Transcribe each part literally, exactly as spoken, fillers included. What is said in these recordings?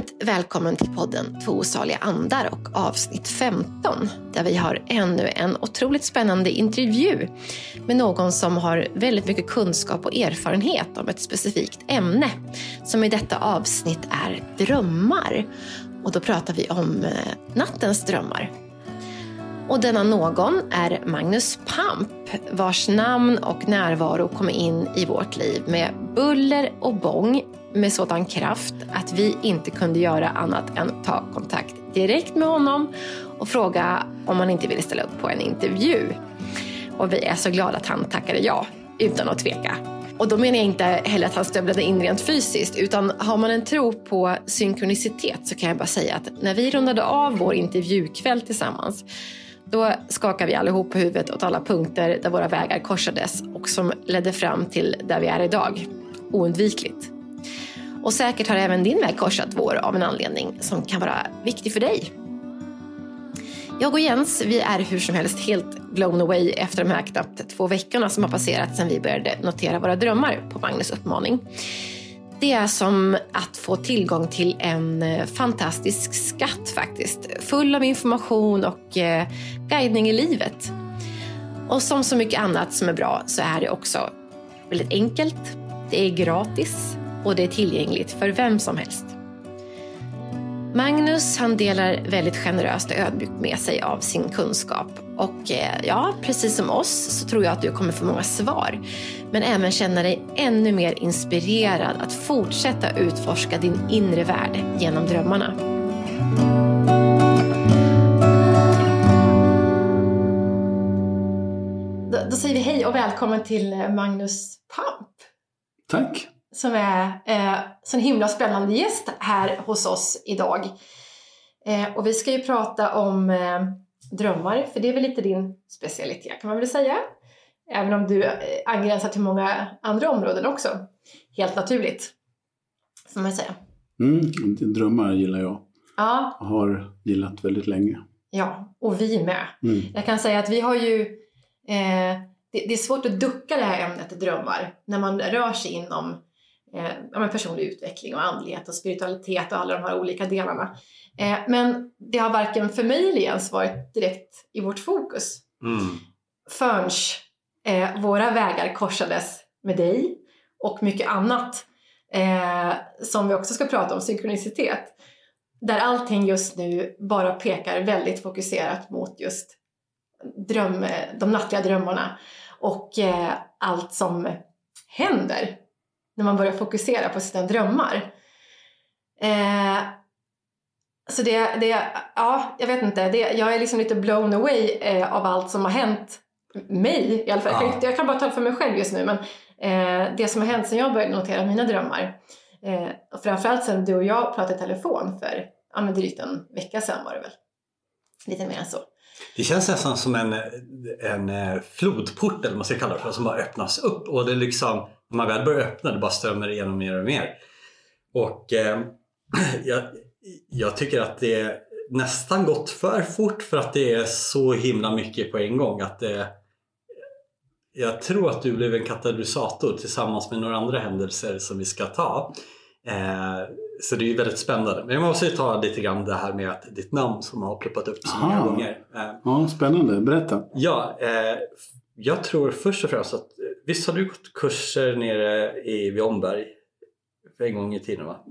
Varmt välkommen till podden Två osaliga andar och avsnitt femton, där vi har ännu en otroligt spännande intervju med någon som har väldigt mycket kunskap och erfarenhet om ett specifikt ämne, som i detta avsnitt är drömmar. Och då pratar vi om nattens drömmar. Och denna någon är Magnus Pamp, vars namn och närvaro kommer in i vårt liv med buller och bång, med sådan kraft att vi inte kunde göra annat än ta kontakt direkt med honom och fråga om han inte ville ställa upp på en intervju. Och vi är så glada att han tackade ja, utan att tveka. Och då menar jag inte heller att han stövlade in rent fysiskt, utan har man en tro på synkronicitet så kan jag bara säga att när vi rundade av vår intervjukväll tillsammans, då skakade vi allihop på huvudet åt alla punkter där våra vägar korsades och som ledde fram till där vi är idag. Oundvikligt. Och säkert har även din väg korsat vår av en anledning som kan vara viktig för dig. Jag och Jens, vi är hur som helst helt blown away efter de här knappt två veckorna som har passerat sedan vi började notera våra drömmar på Magnus uppmaning. Det är som att få tillgång till en fantastisk skatt faktiskt. Full av information och eh, guidning i livet. Och som så mycket annat som är bra så är det också väldigt enkelt. Det är gratis och det är tillgängligt för vem som helst. Magnus, han delar väldigt generöst och ödmjukt med sig av sin kunskap. Och eh, ja, precis som oss så tror jag att du kommer få många svar. Men även känna dig ännu mer inspirerad att fortsätta utforska din inre värld genom drömmarna. Då, då säger vi hej och välkommen till Magnus Pamp. Tack. Som är eh, så en himla spännande gäst här hos oss idag. Eh, och vi ska ju prata om eh, drömmar, för det är väl lite din specialitet kan man väl säga. Även om du eh, angränsar till många andra områden också. Helt naturligt, får man säga. Mm, drömmar gillar jag. Ja. Jag har gillat väldigt länge. Ja, och vi med. Mm. Jag kan säga att vi har ju... Eh, det, det är svårt att ducka det här ämnet drömmar. När man rör sig inom eh, personlig utveckling och andlighet och spiritualitet och alla de här olika delarna. Eh, men det har varken för mig eller Jens varit direkt i vårt fokus. Mm. Förrän eh, våra vägar korsades med dig och mycket annat eh, som vi också ska prata om, synkronicitet. Där allting just nu bara pekar väldigt fokuserat mot just dröm, de nattliga drömmarna och eh, allt som händer när man börjar fokusera på sina drömmar. Eh, så det, det, ja, jag vet inte, det, jag är liksom lite blown away eh, av allt som har hänt mig i alla fall. Ja. Jag, kan, jag kan bara tala för mig själv just nu, men eh, det som har hänt sedan jag började notera mina drömmar. Eh, och framförallt sedan du och jag pratade i telefon för ja, men drygt en vecka sedan var det väl. Lite mer än så. Det känns nästan som en, en flodport eller vad man ska kalla det för, som bara öppnas upp. Och det är liksom, när man väl börjar öppna, det bara strömmar igenom mer och mer. Och eh, jag, jag tycker att det är nästan gått för fort för att det är så himla mycket på en gång. Att det, jag tror att du blev en katalysator tillsammans med några andra händelser som vi ska ta. Eh, så det är ju väldigt spännande. Men jag måste ju ta lite grann det här med att ditt namn som har ploppat upp så många gånger. Eh, ja, spännande. Berätta. Ja, eh, jag tror först och främst att visst har du gått kurser nere i vid Omberg för en gång i tiden, va?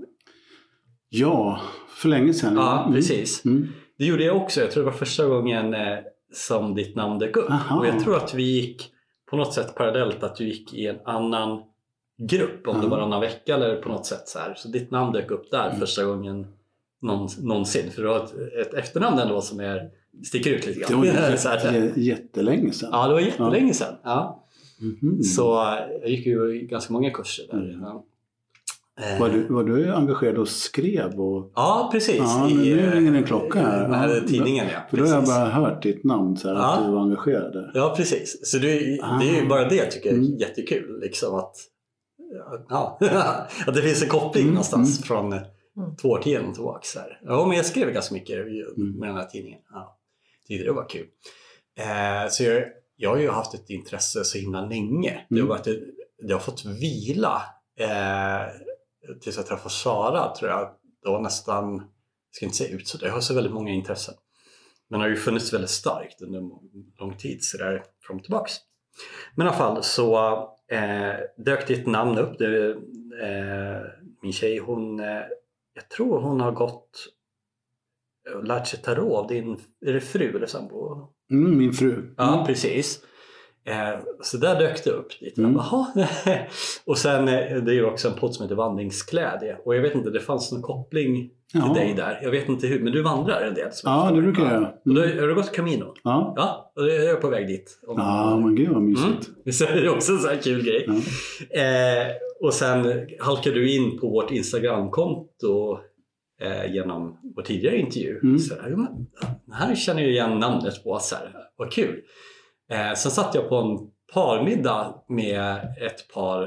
Ja, för länge sedan. Ja, mm. precis. Mm. Det gjorde jag också. Jag tror det var första gången eh, som ditt namn dök upp. Aha. Och jag tror att vi gick på något sätt parallellt, att du gick i en annan grupp, om mm. det var en annan vecka eller på något sätt så här. Så ditt namn dök upp där mm. första gången någonsin. För du har ett, ett efternamn ändå som är, sticker ut lite grann. Det var jätte, så här. jättelänge sedan. Ja, det var jättelänge sedan. Ja. Mm-hmm. Så jag gick ju ganska många kurser där. Mm. Ja. Var du, var du engagerad och skrev? Och... Ja, precis. Ja, men nu ringer en klocka här. Den här ja, tidningen, ja. För då har jag bara hört ditt namn så här, ja. Att du var engagerad. Ja, precis. Så det, ah. det är ju bara det jag tycker är mm. jättekul. Liksom att, ja, att det finns en koppling mm. någonstans mm. från mm. två år tiden tillbaka. Så här. Ja, men jag skrev ganska mycket med den här tidningen. Ja, tyckte det var kul. Eh, så jag, jag har ju haft ett intresse så himla länge. Mm. Det har varit, det har fått vila. Eh, tills jag träffade Sara, tror jag. det var nästan, jag ska inte säga ut så det har så väldigt många intressen. Men har ju funnits väldigt starkt under lång tid så där fram och tillbaks. Men i alla fall så eh, dök ditt namn upp. Det, eh, min tjej, hon, eh, jag tror hon har gått och lärt sig tarot av din, är det fru eller sambo? Mm, min fru. Mm. Ja, precis. Eh, så där dök det upp lite. Mm. Och sen eh, det är ju också en podd som heter Vandringsglädje. Och jag vet inte, det fanns någon koppling till ja. dig där. Jag vet inte hur, men du vandrar en del. Ja, det brukar jag. Mm. Och då, har du gått Camino? Ja. Ja, och jag är på väg dit. Om ja, men gud vad mysigt. Mm. Så är det också en sån här kul grej. Ja. Eh, och sen halkar du in på vårt Instagramkonto eh, genom vår tidigare intervju. Mm. Så här, här känner jag igen namnet på. Så här, vad kul. Eh, sen satt jag på en parmiddag med ett par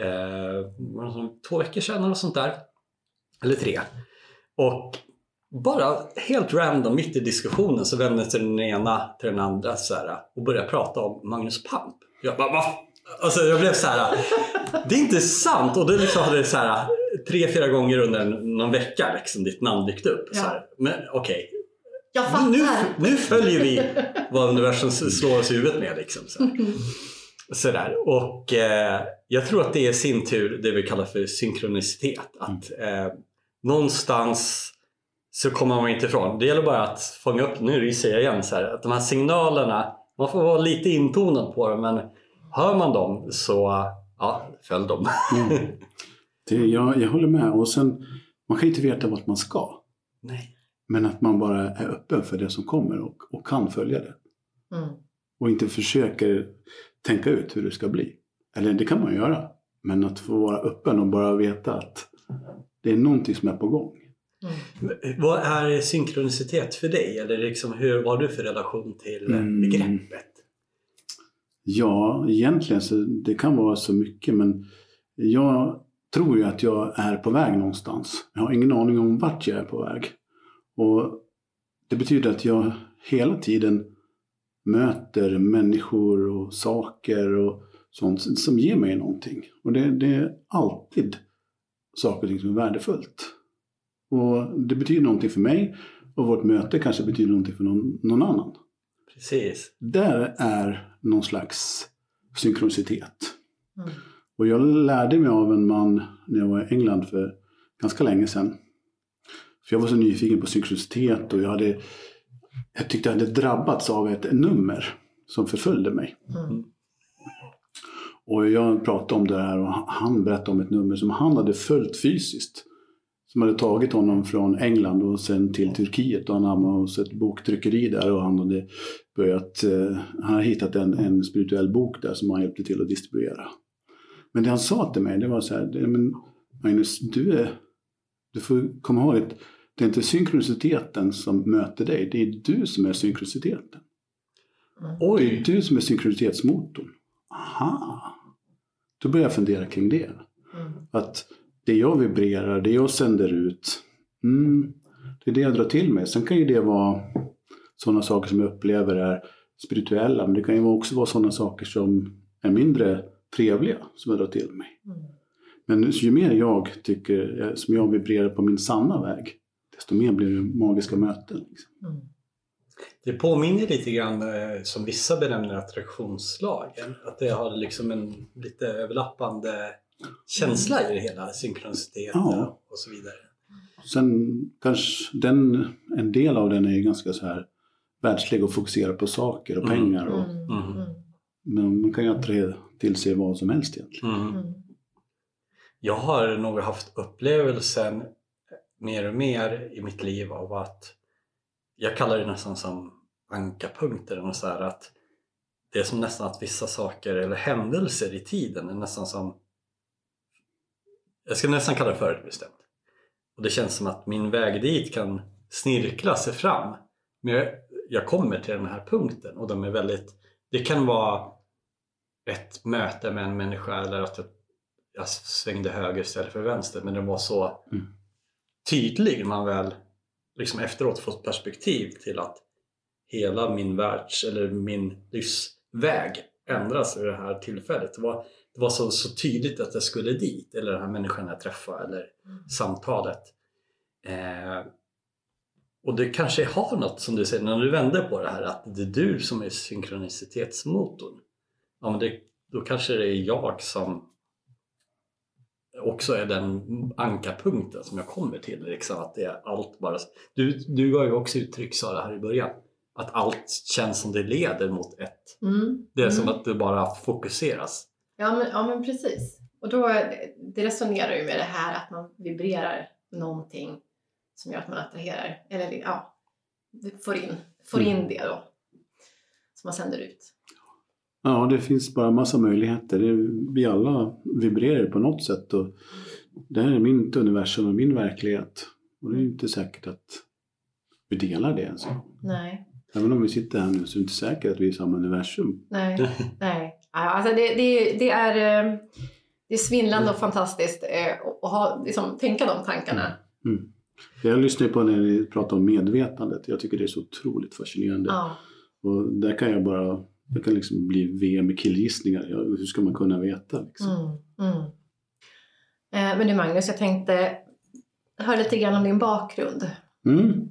eh, två veckor sedan eller sånt där. Eller tre. Och bara helt random mitt i diskussionen så vände sig den ena till den andra så här, och började prata om Magnus Pamp. Jag bara, va? Alltså jag blev så här, det är inte sant. Och det liksom hade så här tre, fyra gånger under någon vecka liksom ditt namn dykt upp. Ja. Så här. Men okej. Okay. Nu, nu följer vi vad universum slår oss i huvudet med liksom. Så här. Så där. Och eh, jag tror att det är sin tur det vi kallar för synkronicitet. Att eh, någonstans så kommer man inte ifrån. Det gäller bara att fånga upp, nu säger jag igen så här, att de här signalerna, man får vara lite intonad på dem, men hör man dem så ja, följ dem. Mm. Det, jag, jag håller med. Och sen, man kan inte veta vart man ska. Nej. Men att man bara är öppen för det som kommer och, och kan följa det. Mm. Och inte försöker tänka ut hur det ska bli. Eller det kan man göra. Men att få vara öppen och bara veta att det är någonting som är på gång. Mm. Vad är synkronicitet för dig? Eller liksom, hur var du för relation till mm. begreppet? Ja, egentligen så det kan vara så mycket. Men jag tror ju att jag är på väg någonstans. Jag har ingen aning om vart jag är på väg. Och det betyder att jag hela tiden möter människor och saker och sånt som ger mig någonting. Och det, det är alltid saker och ting som är värdefullt. Och det betyder någonting för mig och vårt möte kanske betyder någonting för någon, någon annan. Precis. Där är någon slags synkronicitet. Mm. Och jag lärde mig av en man när jag var i England för ganska länge sedan. För jag var så nyfiken på synkronicitet och jag, hade, jag tyckte jag hade drabbats av ett nummer som förföljde mig. Mm. Och jag pratade om det här och han berättade om ett nummer som han hade följt fysiskt. Som hade tagit honom från England och sen till Turkiet. Och han hade hos ett boktryckeri där och han hade börjat, han hade hittat en, en spirituell bok där som han hjälpte till att distribuera. Men det han sa till mig, det var så här, men Magnus, du är, du får komma ihåg att det är inte synkroniciteten som möter dig, det är du som är synkroniciteten. Oj. Det är du som är synkronicitetsmotorn. Aha. Då börjar jag fundera kring det. Mm. Att det jag vibrerar, det jag sänder ut, mm, det är det jag drar till mig. Sen kan ju det vara sådana saker som jag upplever är spirituella, men det kan ju också vara sådana saker som är mindre trevliga som jag drar till mig. Mm. Men ju mer jag tycker, som jag vibrerar på min sanna väg, desto mer blir det magiska möten. Liksom. Mm. Det påminner lite grann eh, som vissa benämner attraktionslagen. Att det har liksom en lite överlappande känsla i det hela, synkronicitet ja. Och så vidare. Sen kanske den, en del av den är ganska så här världslig och fokuserar på saker och mm. pengar. Och, Mm. Mm. men man kan ju attrahera till sig vad som helst egentligen. Mm. Mm. Jag har nog haft upplevelsen mer och mer i mitt liv av att jag kallar det nästan som ankarpunkter och så här, att det är som nästan att vissa saker eller händelser i tiden är nästan som, jag ska nästan kalla det förutbestämt. Och det känns som att min väg dit kan snirkla sig fram. Men jag, jag kommer till den här punkten och de är väldigt, det kan vara ett möte med en människa eller att jag, jag svängde höger istället för vänster, men det var så mm. tydlig man väl liksom efteråt fått perspektiv till att hela min världs eller min livsväg ändras i det här tillfället. Det var, det var så, så tydligt att jag skulle dit, eller den här människan jag träffade eller mm. samtalet. Eh, och det kanske har något som du säger när du vänder på det här, att det är du som är synkronicitetsmotorn. Ja, men det, då kanske det är jag som också är den ankarpunkten som jag kommer till. Liksom, att det är allt bara... Du, du gav ju också uttryck, Sara, här i början. Att allt känns som det leder mot ett. Mm. Det är mm. som att det bara fokuseras. Ja men, ja, men precis. Och då, det resonerar ju med det här att man vibrerar någonting som gör att man attraherar. Eller ja, får in, får in det då. Som man sänder ut. Ja, det finns bara massa möjligheter. Det, vi alla vibrerar på något sätt. Och det här är mitt universum och min verklighet. Och det är inte säkert att vi delar det ens. Nej. Även om vi sitter här nu så är det inte säkert att vi är i samma universum. Nej, nej. Alltså det, det, det, är, det är svindlande och fantastiskt att ha, liksom, tänka de tankarna. Mm. Mm. Jag lyssnar på när ni pratar om medvetandet. Jag tycker det är så otroligt fascinerande. Ja. Och där kan jag bara... Det kan liksom bli V M i killgissningar. Ja, hur ska man kunna veta? Liksom? Mm, mm. Eh, men du Magnus, jag tänkte höra lite grann om din bakgrund. Mm.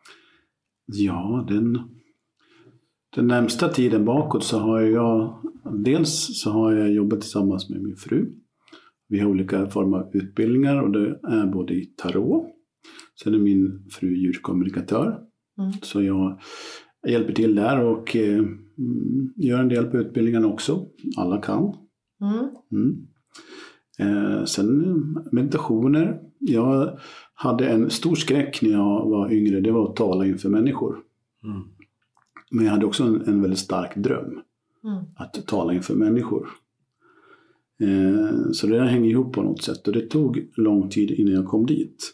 Ja, den, den närmsta tiden bakåt så har jag... Dels så har jag jobbat tillsammans med min fru. Vi har olika former av utbildningar och det är både i tarot. Sen är min fru djurkommunikatör. Mm. Så jag... Jag hjälper till där och eh, gör en del på utbildningen också. Alla kan. Mm. Mm. Eh, sen meditationer. Jag hade en stor skräck när jag var yngre. Det var att tala inför människor. Mm. Men jag hade också en, en väldigt stark dröm. Mm. Att tala inför människor. Eh, så det där hänger ihop på något sätt. Och det tog lång tid innan jag kom dit.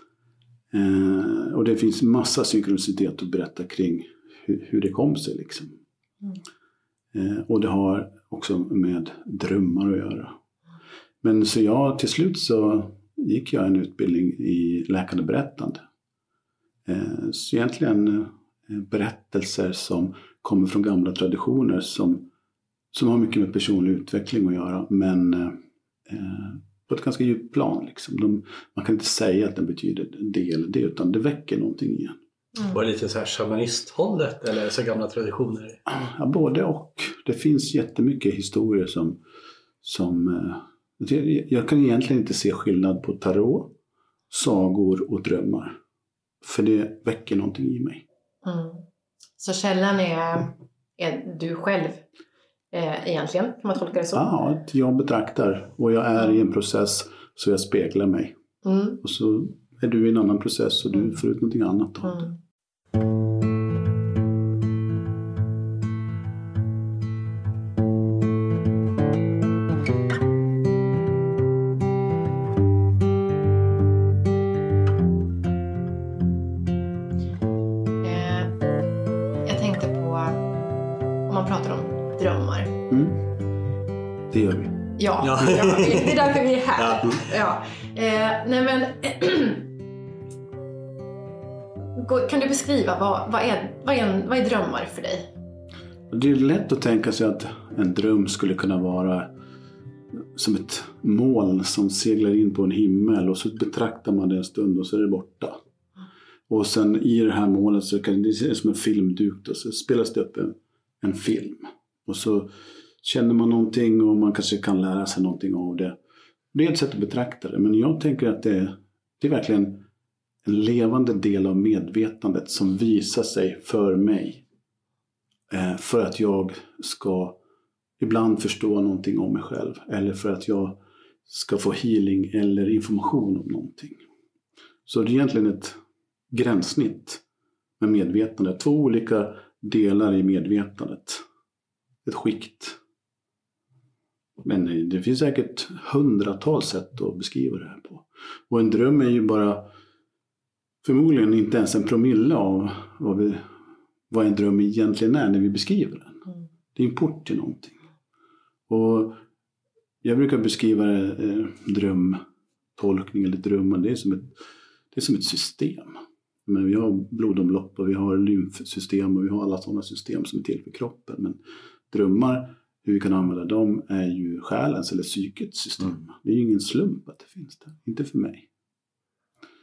Eh, och det finns massa synkronicitet att berätta kring hur, hur det kom sig liksom. Mm. Eh, och det har också med drömmar att göra. Men så jag till slut så gick jag en utbildning i läkande berättande. Eh, så egentligen eh, berättelser som kommer från gamla traditioner som, som har mycket med personlig utveckling att göra. Men eh, på ett ganska djupt plan liksom. De, man kan inte säga att den betyder det eller det, utan det väcker någonting igen. Mm. Var det lite så här shamanisthållet eller så gamla traditioner? Ja, både och. Det finns jättemycket historier som, som eh, jag kan egentligen inte se skillnad på tarot, sagor och drömmar. För det väcker någonting i mig. Mm. Så källan är, är du själv eh, egentligen? Kan man tolka det så? Ja, att jag betraktar och jag är i en process så jag speglar mig. Mm. Och så är du i en annan process och du får ut någonting annat av det. Mm. Jag tänkte på om man pratar om drömmar. Mm. Det gör vi. Ja, ja. ja, det är därför vi är här. Ja. Ja. Eh, nej men, kan du beskriva vad, vad, är, vad, är, vad är drömmar för dig? Det är lätt att tänka sig att en dröm skulle kunna vara som ett moln som seglar in på en himmel och så betraktar man det en stund och så är det borta. Och sen i det här molnet så kan det se som en filmduk och så spelas det upp en, en film. Och så känner man någonting och man kanske kan lära sig någonting av det. Det är ett sätt att betrakta det, men jag tänker att det, det är verkligen en levande del av medvetandet som visar sig för mig. Eh, för att jag ska ibland förstå någonting om mig själv. Eller för att jag ska få healing eller information om någonting. Så det är egentligen ett gränssnitt med medvetande. Två olika delar i medvetandet. Ett skikt. Men det finns säkert hundratals sätt att beskriva det här på. Och en dröm är ju bara förmodligen inte ens en promille av vad, vi, vad en dröm egentligen är när vi beskriver den. Mm. Det är en port till någonting. Och jag brukar beskriva eh, drömtolkning eller drömmar. Det är som ett, det är som ett system. Men vi har blodomlopp och vi har lymfsystem och vi har alla sådana system som är till för kroppen. Men drömmar, hur vi kan använda dem, är ju själens eller psykets system. Mm. Det är ju ingen slump att det finns där. Inte för mig.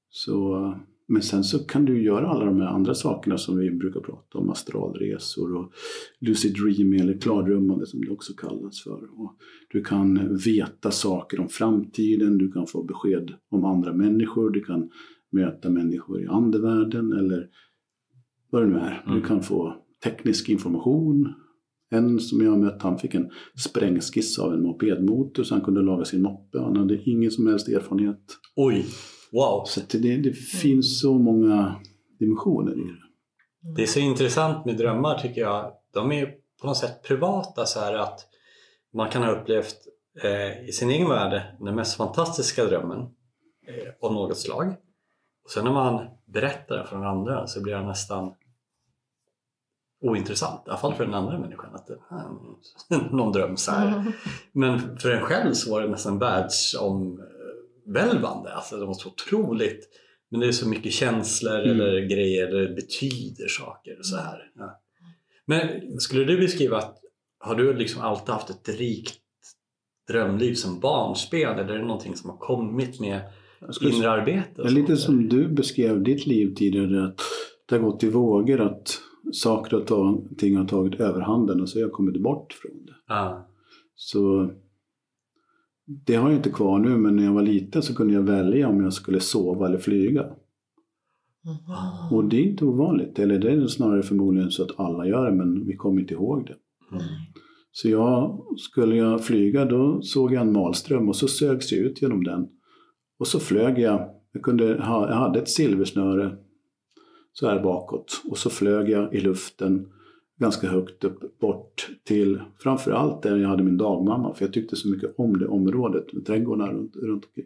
Så, men sen så kan du göra alla de här andra sakerna som vi brukar prata om. Astralresor och lucid dreaming eller klardrömmande som det också kallas för. Och du kan veta saker om framtiden, du kan få besked om andra människor, du kan möta människor i andevärlden eller vad det nu är. Mm. Du kan få teknisk information. En som jag mött, han fick en sprängskiss av en mopedmotor så han kunde laga sin moppe. Han hade ingen som helst erfarenhet. Oj, wow. Så det, det mm. finns så många dimensioner i det. Det är så intressant med drömmar tycker jag. De är på något sätt privata så här att man kan ha upplevt eh, i sin egen värld den mest fantastiska drömmen eh, av något slag. Och sen när man berättar det för den andra så blir det nästan ointressant. I alla fall för den andra människan. Att det, någon dröm så här. Mm. Men för en själv så var det nästan världsomvälvande. Alltså det var så otroligt. Men det är så mycket känslor mm. eller grejer. Det betyder saker och så här. Ja. Men skulle du beskriva att har du liksom alltid haft ett rikt drömliv som barnspel? Eller är det någonting som har kommit med inre arbete? Lite som du beskrev ditt liv tidigare. Att det har gått i vågor att saker och ting har tagit överhanden och så har jag kommit bort från det. Ah. Så det har jag inte kvar nu, men när jag var liten så kunde jag välja om jag skulle sova eller flyga. Mm. Och det är inte ovanligt, eller det är snarare förmodligen så att alla gör det, men vi kommer inte ihåg det. Mm. Så jag, skulle jag flyga då såg jag en malström och så sögs jag ut genom den. Och så flög jag, jag, kunde ha, jag hade ett silversnöre så här bakåt. Och så flög jag i luften ganska högt upp bort till framförallt där jag hade min dagmamma. För jag tyckte så mycket om det området med trädgårdarna runt, runt omkring.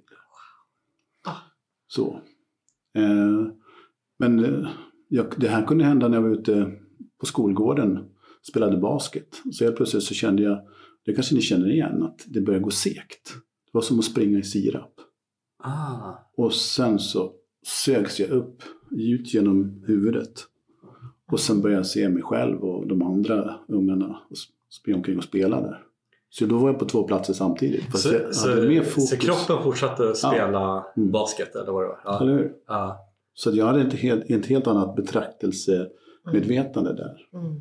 Så. Eh, men eh, jag, det här kunde hända när jag var ute på skolgården spelade basket. Så helt plötsligt så kände jag, det kanske ni känner igen, att det började gå segt. Det var som att springa i sirap. Ah. Och sen så sögs jag upp ut genom huvudet. Och sen började jag se mig själv och de andra ungarna och springa omkring och spela där. Så då var jag på två platser samtidigt. Fast så, jag så, hade mer fokus. Så kroppen fortsatte spela ja. mm. basket eller vad det var? Ja. Eller hur? Ja. Så jag hade ett helt, ett helt annat betraktelsemedvetande mm. där. Mm.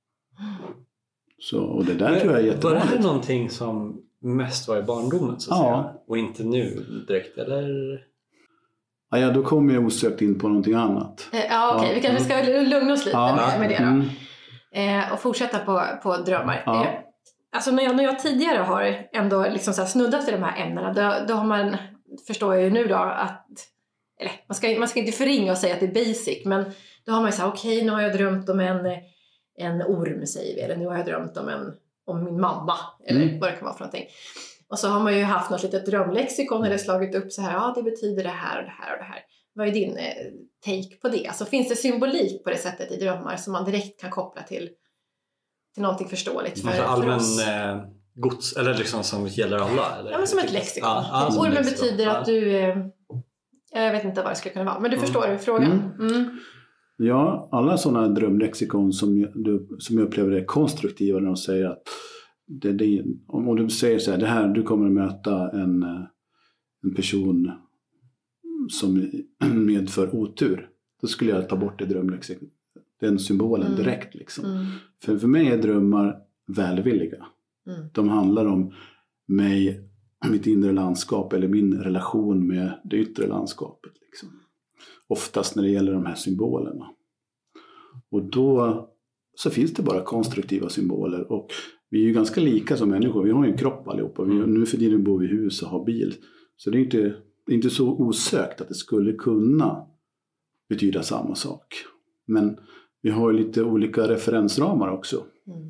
Så, och det där Men, tror jag är jättevanligt. Var det någonting som mest var i barndomen så att ja. säga? Och inte nu direkt, eller? Ja, ja, då kommer jag osökt in på någonting annat. Eh, ja, okej. Okay. Vi kanske ska lugna oss lite ja. med, med det då. Mm. Eh, och fortsätta på, på drömmar. Ja. Eh, alltså när jag, när jag tidigare har ändå liksom så här snuddat i de här ämnena, då, då har man, förstår jag ju nu då att, eller man ska, man ska inte förringa och säga att det är basic, men då har man ju så här, okej, okay, nu har jag drömt om en, en orm, säger vi, eller nu har jag drömt om, en, om min mamma, eller mm. vad det kan vara för någonting. Och så har man ju haft något litet drömlexikon eller slagit upp så här, ja det betyder det här och det här och det här. Vad är din eh, take på det? Alltså finns det symbolik på det sättet i drömmar som man direkt kan koppla till, till någonting förståeligt för, allmän, för oss? Eh, gods, eller liksom som gäller alla? Eller? Ja, men som ett lexikon. Ja, ja, ormen lexikon. betyder ja. att du, eh, jag vet inte vad det skulle kunna vara, men du mm. förstår frågan. Mm. Mm. Ja, alla sådana drömlexikon som, du, som jag upplever är konstruktiva när de säger att Det, det, om du säger så här, det här, du kommer att möta en, en person som medför otur, då skulle jag ta bort det drömlexikon, den symbolen mm. direkt liksom. Mm. För, för mig är drömmar välvilliga. Mm. De handlar om mig, mitt inre landskap eller min relation med det yttre landskapet liksom. Oftast när det gäller de här symbolerna. Och då så finns det bara konstruktiva symboler, och vi är ju ganska lika som människor. Vi har ju en kropp allihopa. Vi, nu för tiden bor vi i hus och har bil. Så det är inte, det är inte så osökt att det skulle kunna betyda samma sak. Men vi har ju lite olika referensramar också. Mm.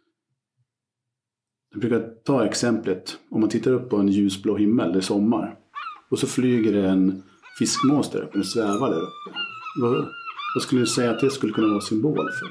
Jag brukar ta exemplet. Om man tittar upp på en ljusblå himmel, det är sommar. Och så flyger det en fiskmås där uppe, en svävar där uppe. Vad, vad skulle du säga att det skulle kunna vara symbol för?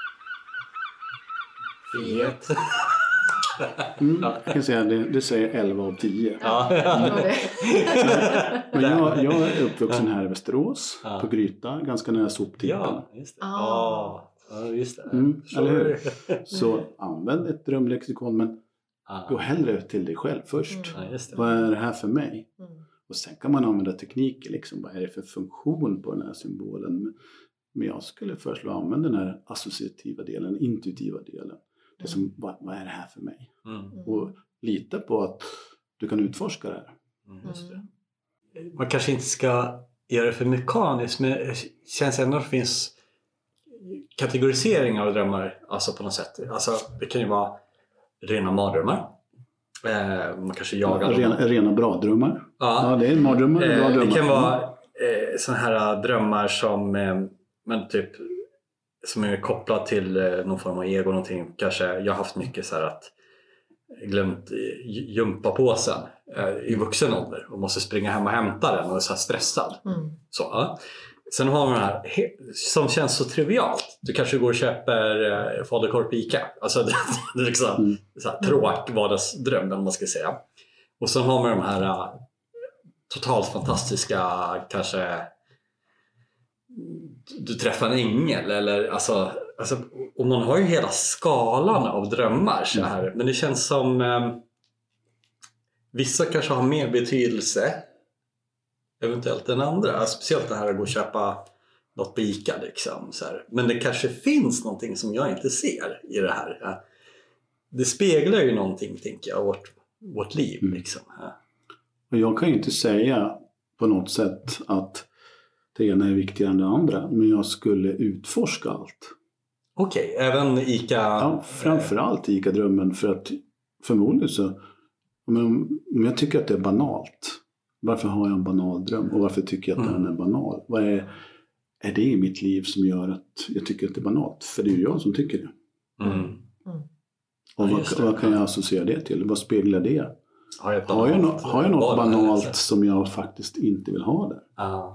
Frihet. Mm, jag kan säga det, det säger elva av tio. Ja. Ja. Men jag, jag är uppvuxen här i Västerås, ja. på Gryta, ganska nära soptippen. Ja, just det. Ah. Ja, just det. Mm, eller hur? Så använd ett drömlexikon, men ah. gå hellre till dig själv först. Mm. Ja, just det. Vad är det här för mig? Mm. Och sen kan man använda tekniker, liksom, vad är det för funktion på den här symbolen. Men jag skulle föreslå att använda den här associativa delen, intuitiva delen. Det är som, vad, vad är det här för mig? Mm. Och lita på att du kan utforska det här. Mm, just det. Man kanske inte ska göra det för mekaniskt, men det känns ändå att det finns kategorisering av drömmar, alltså på något sätt. Alltså, det kan ju vara rena mardrömmar. Eh, man kanske jagar rena, rena bra drömmar. Ja, ja det är mardrömmar. Eh, bra drömmar. Det kan vara eh, sådana här drömmar som eh, men typ som är kopplad till eh, någon form av ego, någonting. Kanske jag har haft mycket så här att glömt gympapåsen eh, i vuxen ålder och måste springa hem och hämta den och är så här stressad. Mm. Så, ja. Sen har man det här som känns så trivialt. Du kanske går och köper eh, falukorv på Ica. Alltså det, det är liksom mm. så här, tråk vardagsdröm, om man ska säga. Och sen har man de här uh, totalt fantastiska, kanske du träffar en ängel eller alltså, alltså och man har ju hela skalan av drömmar så här. Mm. Men det känns som eh, vissa kanske har mer betydelse eventuellt än andra, speciellt det här att gå och köpa något på Ica liksom, så här. Men det kanske finns någonting som jag inte ser i det här. Det speglar ju någonting, tänker jag, vårt, vårt liv liksom. Och jag kan ju inte säga på något sätt att det ena är viktigare än det andra, men jag skulle utforska allt. Okej, okay, även Ica... Ja, framförallt Ica-drömmen, för att förmodligen så om jag tycker att det är banalt, varför har jag en banal dröm? Och varför tycker jag att mm. den är banal? Vad är, är det i mitt liv som gör att jag tycker att det är banalt? För det är ju jag som tycker det. Mm. Mm. Och vad, vad kan jag associera det till? Vad speglar det? Har jag, har jag, no, har jag något banalt som jag faktiskt inte vill ha där? Ah.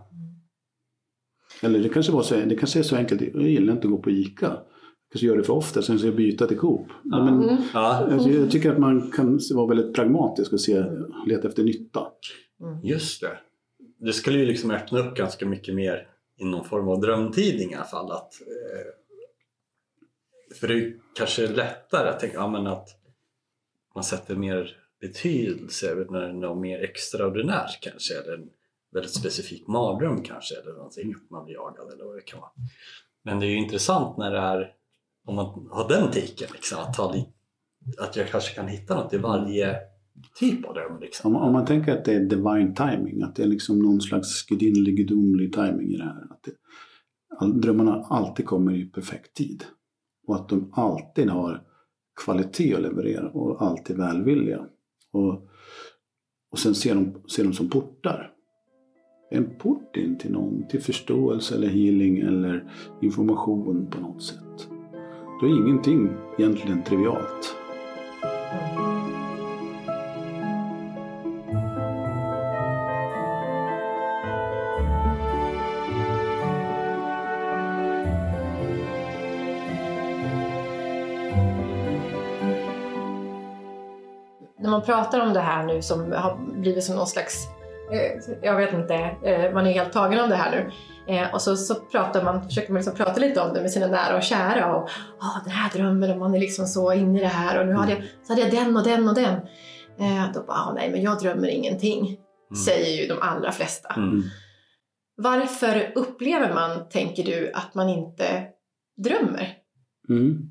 Eller det kanske, var så, det kanske är så enkelt. Jag gillar inte att gå på Ica. Jag kanske gör det för ofta, sen ska jag byta till Coop. Ah. Men, mm. alltså, jag tycker att man kan vara väldigt pragmatisk och se, leta efter nytta. Mm. Just det. Det skulle ju liksom öppna upp ganska mycket mer i någon form av drömtidning i alla fall. Att, eh, för det är kanske lättare att tänka ja, men att man sätter mer betydelse när det är något mer extraordinärt kanske. Eller en väldigt specifik mardröm kanske. Eller någonting man blir jagad eller vad det kan vara. Men det är ju intressant när det är, om man har den tiken liksom, att, ta li- att jag kanske kan hitta något i varje typ av dröm liksom. Om, om man tänker att det är divine timing, att det är liksom någon slags gudomlig, gudomlig timing i det här. Att det, all, drömmarna alltid kommer i perfekt tid. Och att de alltid har kvalitet att leverera och alltid välvilliga. Och, och sen ser de, ser de som portar. En port in till någon, till förståelse eller healing eller information på något sätt. Då är ingenting egentligen trivialt. När man pratar om det här nu som har blivit som någon slags, eh, jag vet inte, eh, man är helt tagen av det här nu. Eh, och så, så pratar man, försöker man liksom prata lite om det med sina nära och kära. Och ah, den här drömmen, och man är liksom så inne i det här. Och nu hade jag, så hade jag den och den och den. Eh, då bara, ah, nej men jag drömmer ingenting. Mm. Säger ju de allra flesta. Mm. Varför upplever man, tänker du, att man inte drömmer? Mm.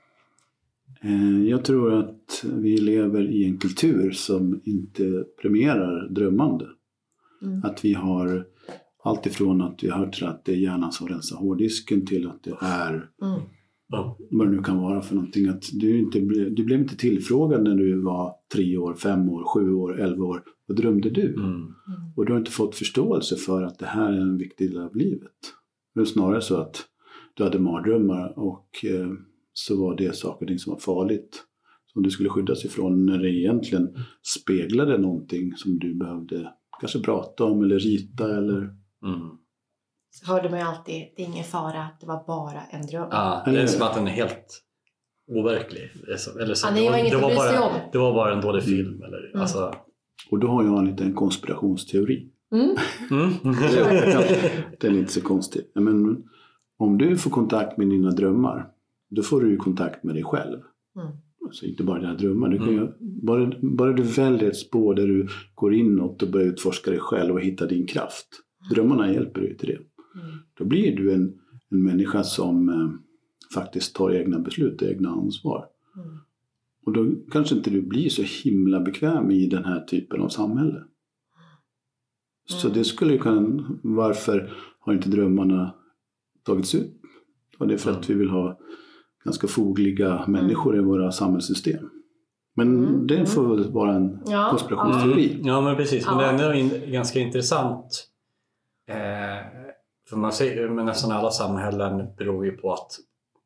Jag tror att vi lever i en kultur som inte premierar drömmande. Mm. Att vi har allt ifrån att vi har hört att det är hjärnan som rensar hårddisken till att det är mm. vad det nu kan vara för någonting. Att du, inte ble, du blev inte tillfrågad när du var tre år, fem år, sju år, elva år. Vad drömde du? Mm. Mm. Och du har inte fått förståelse för att det här är en viktig del av livet. Det är snarare så att du hade mardrömmar och eh, så var det saker och ting som var farligt. Som du skulle skyddas ifrån när det egentligen speglade någonting som du behövde kanske prata om eller rita eller... Mm. Så hörde man ju alltid, det är ingen fara, det var bara en dröm. Ja, det är som att den är helt overklig. Eller så, ja, det, var det, var bara, om. det var bara en dålig film. Mm. Eller, mm. alltså... Och då har jag en liten konspirationsteori. Mm. Mm. Den är inte så konstig. Men om du får kontakt med dina drömmar, då får du ju kontakt med dig själv. Mm. alltså inte bara dina drömmar. Du kan ju, bara, bara du väljer ett spår där du går inåt och börjar utforska dig själv och hitta din kraft. Drömmarna hjälper dig till det. Mm. Då blir du en, en människa som eh, faktiskt tar egna beslut och egna ansvar. Mm. Och då kanske inte du blir så himla bekväm i den här typen av samhälle. Mm. Så det skulle ju kunna, varför har inte drömmarna tagits ut? Och det är för mm. att vi vill ha ganska fogliga människor mm. i våra samhällssystem. Men mm. det får väl vara en ja. konspirationsteori. Mm. Ja, men precis. Men ja. det är ändå in, ganska intressant. Eh, för man ser med nästan alla samhällen beror ju på att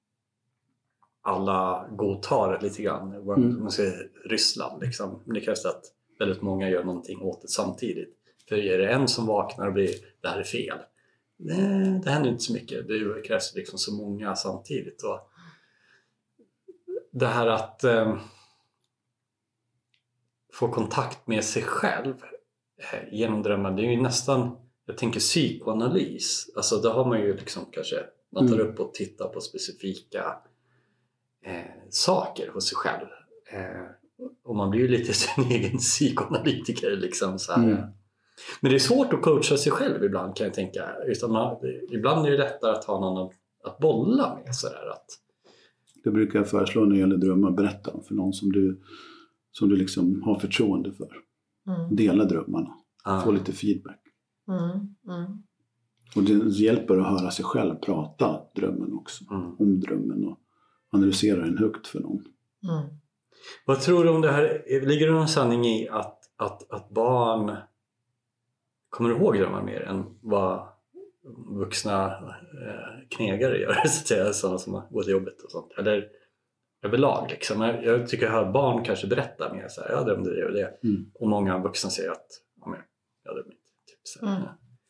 alla godtar lite grann. Mm. Man säger Ryssland liksom. Det krävs att väldigt många gör någonting åt det samtidigt. För är det en som vaknar och blir det här är fel. Det, det händer inte så mycket. Det krävs liksom så många samtidigt. Och det här att eh, få kontakt med sig själv eh, genom drömmar, det är ju nästan, jag tänker psykoanalys. Alltså där har man ju liksom kanske, man tar upp och tittar på specifika eh, saker hos sig själv. Eh, och man blir ju lite sin egen psykoanalytiker liksom så här. Mm. Men det är svårt att coacha sig själv ibland, kan jag tänka. Utan man, ibland är det lättare att ha någon att bolla med. Sådär, att... Det brukar jag föreslå när det gäller drömmar. Berätta för någon som du, som du liksom har förtroende för. Mm. Dela drömmarna. Ah. Få lite feedback. Mm. Mm. Och det hjälper att höra sig själv prata drömmen också. Mm. Om drömmen och analysera den högt för någon. Mm. Vad tror du om det här? Ligger det någon sanning i att, att, att barn kommer ihåg drömmar mer än vad vuxna eh, knegare gör, så att säga, sådana som har gått till jobbet och sånt, eller överlag liksom. Jag, jag tycker jag hör barn kanske berätta mer så här, jag drömde det och det, mm. och många vuxna säger att ja, men, jag drömde inte typ så här.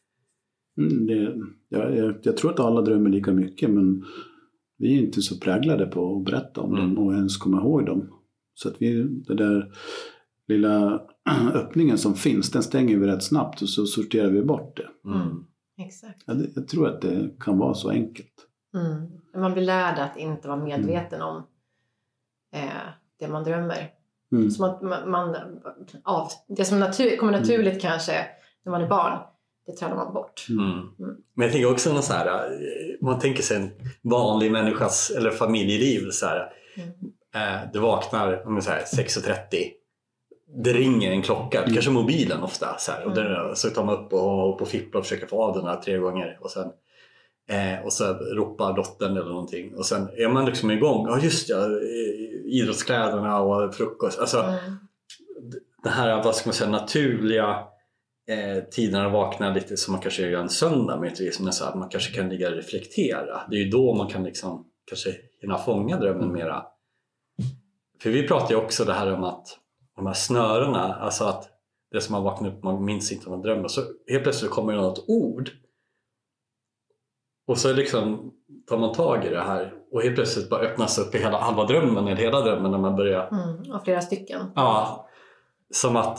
Mm. Mm, det, jag, jag, jag tror att alla drömmer lika mycket, men vi är inte så präglade på att berätta om mm. dem och ens komma ihåg dem, så att vi, det där lilla öppningen som finns, den stänger vi rätt snabbt och så sorterar vi bort det. Mm. Exakt. Jag, jag tror att det kan vara så enkelt. Mm. Man blir lärd att inte vara medveten mm. om eh, det man drömmer. Mm. Som att man, man, av, det som natur, kommer naturligt mm. kanske när man är barn, det tränar man bort. Mm. Mm. Men jag tänker också något så här, man tänker sig en vanlig människas eller familjeliv så här. Mm. Eh, du vaknar om så här, sex och trettio. Det ringer en klocka, mm. kanske mobilen ofta så här, och den, så tar man upp och håller på och fipplar och försöker få av den här tre gånger och sen eh, och så ropar dottern eller någonting och sen är man liksom igång, ja just ja, idrottskläderna och frukost, alltså mm. det här, vad ska man säga, naturliga eh, tiderna vaknar lite som man kanske gör en söndag med ett vis, men så här, man kanske kan ligga och reflektera, det är ju då man kan liksom kanske hinna fånga drömmen mm. mera, för vi pratar ju också det här om att de här snörena, alltså att det som man vaknar upp, man minns inte vad man drömmer, så helt plötsligt kommer det något ord och så liksom tar man tag i det här och helt plötsligt bara öppnas upp i hela halva drömmen eller hela drömmen när man börjar. Mm, och flera stycken. Ja, som att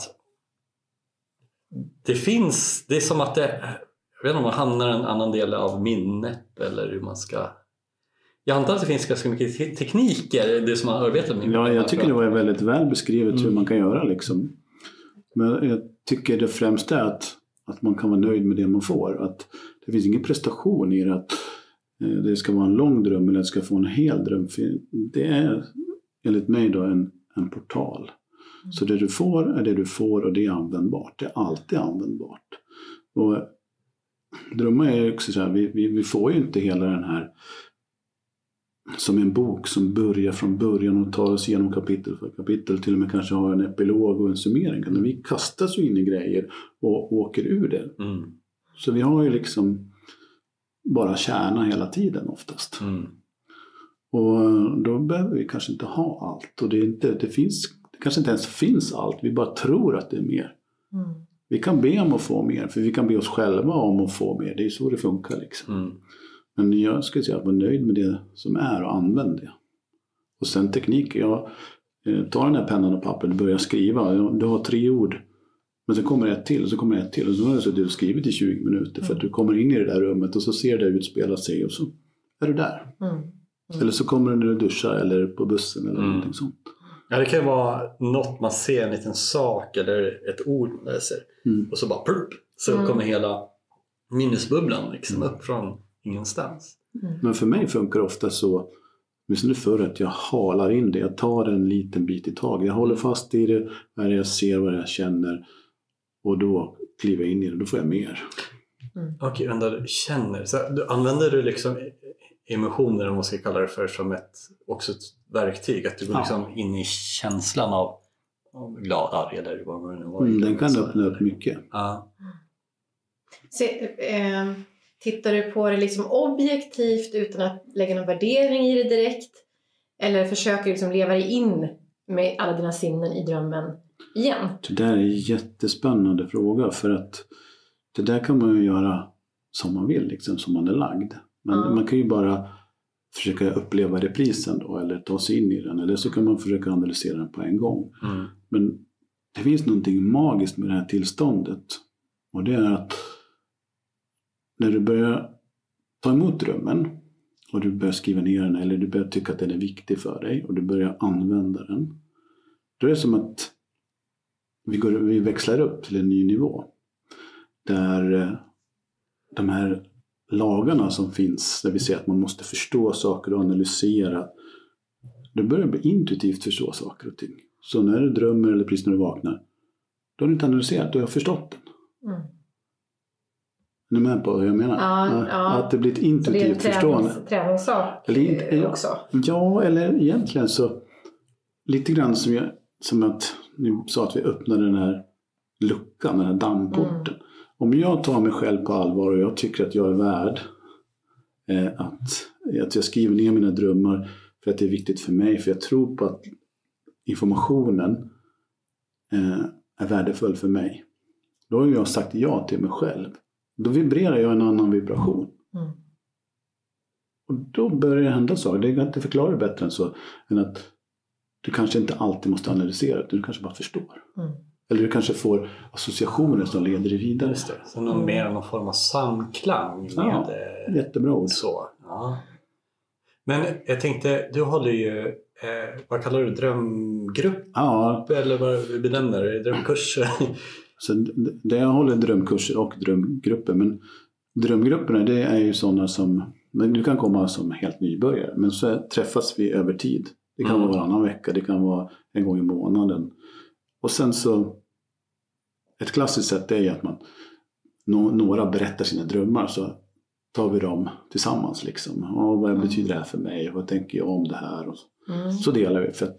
det finns, det är som att det, jag vet inte om man hamnar en annan del av minnet eller hur man ska. Jag antar att det finns ganska mycket te- tekniker, det som man arbetar med. Ja, jag tycker det var väldigt väl beskrivet mm. hur man kan göra liksom. Men jag tycker det främsta är att, att man kan vara nöjd med det man får. Att det finns ingen prestation i det, att eh, det ska vara en lång dröm eller att det ska få en hel dröm. Det är enligt mig då en, en portal. Mm. Så det du får är det du får och det är användbart. Det är alltid användbart. Och drömmar är också så här, vi, vi, vi får ju inte hela den här som en bok som börjar från början och tar oss igenom kapitel för kapitel, till och med kanske har en epilog och en summering. Mm. Vi kastas ju in i grejer och åker ur det. Mm. Så vi har ju liksom bara kärna hela tiden oftast. Mm. Och då behöver vi kanske inte ha allt. Och det, är inte, det, finns, det kanske inte ens finns allt. Vi bara tror att det är mer. Mm. Vi kan be om att få mer, för vi kan be oss själva om att få mer. Det är så det funkar liksom. Mm. Men jag skulle säga att vara nöjd med det som är och använd det. Och sen teknik. Jag tar den här pennan och papper och börjar skriva. Du har tre ord. Men så kommer ett till och så kommer ett till. Och så har så du skrivit i tjugo minuter. För att du kommer in i det där rummet och så ser det utspela sig. Och så är du där. Mm. Mm. Eller så kommer du när du duschar eller på bussen eller mm. någonting sånt. Ja, det kan vara något man ser, en liten sak eller ett ord man läser. Mm. Och så bara plupp, så mm. kommer hela minnesbubblan liksom upp från ingenstans. Mm. Men för mig funkar det ofta så, åtminstone för att jag halar in det. Jag tar en liten bit i tag. Jag håller fast i det, när jag ser vad jag känner. Och då kliver jag in i det, då får jag mer. Mm. Okej, okay, du känner. Så du, använder du liksom emotioner, om man ska kalla det för, som ett, också ett verktyg? Att du går ja. liksom in i känslan av, av glad, arg eller vad det nu var. Mm, den kan öppna upp mycket. Ja. Så, eh, tittar du på det liksom objektivt utan att lägga någon värdering i det direkt? Eller försöker du liksom leva dig in med alla dina sinnen i drömmen igen? Det där är en jättespännande fråga, för att det där kan man ju göra som man vill, liksom, som man är lagd. Men mm. man kan ju bara försöka uppleva reprisen då, eller ta sig in i den. Eller så kan man försöka analysera den på en gång. Mm. Men det finns någonting magiskt med det här tillståndet. Och det är att när du börjar ta emot drömmen och du börjar skriva ner den, eller du börjar tycka att den är viktig för dig och du börjar använda den, då är det som att vi, går, vi växlar upp till en ny nivå. Där de här lagarna som finns, där vi ser att man måste förstå saker och analysera, du börjar bli intuitivt förstå saker och ting. Så när du drömmer eller precis när du vaknar, då har du inte analyserat, du har förstått den. Mm. Är ni med på vad jag menar? Ja, ja. Att det blir ett intuitivt så det är förstående. Träningssak eller, också. Ja, eller egentligen så lite grann som, jag, som att ni sa att vi öppnade den här luckan, den här dammporten. Mm. Om jag tar mig själv på allvar och jag tycker att jag är värd eh, att, att jag skriver ner mina drömmar för att det är viktigt för mig, för jag tror på att informationen eh, är värdefull för mig. Då har jag sagt ja till mig själv. Då vibrerar jag en annan vibration. Mm. Och då börjar det hända saker. Det kan inte förklara det bättre än så. Än att du kanske inte alltid måste analysera det. Du kanske bara förstår. Mm. Eller du kanske får associationer som leder dig vidare. Så någon mm. mer någon form av samklang med ja, jättebra ord. Så. Ja. Men jag tänkte, du håller ju, eh, vad kallar du, drömgrupp? Ja. Eller vad vi benämner det, drömkurser? Så det jag håller drömkurser och drömgrupper. Men drömgrupperna, det är ju sådana som, men du kan komma som helt nybörjare. Men så träffas vi över tid. Det kan mm. vara varannan vecka, det kan vara en gång i månaden. Och sen så, ett klassiskt sätt är ju att man, no, några berättar sina drömmar, så tar vi dem tillsammans liksom. Och vad betyder det här för mig? Vad tänker jag om det här? Och så, mm. så delar vi. För att,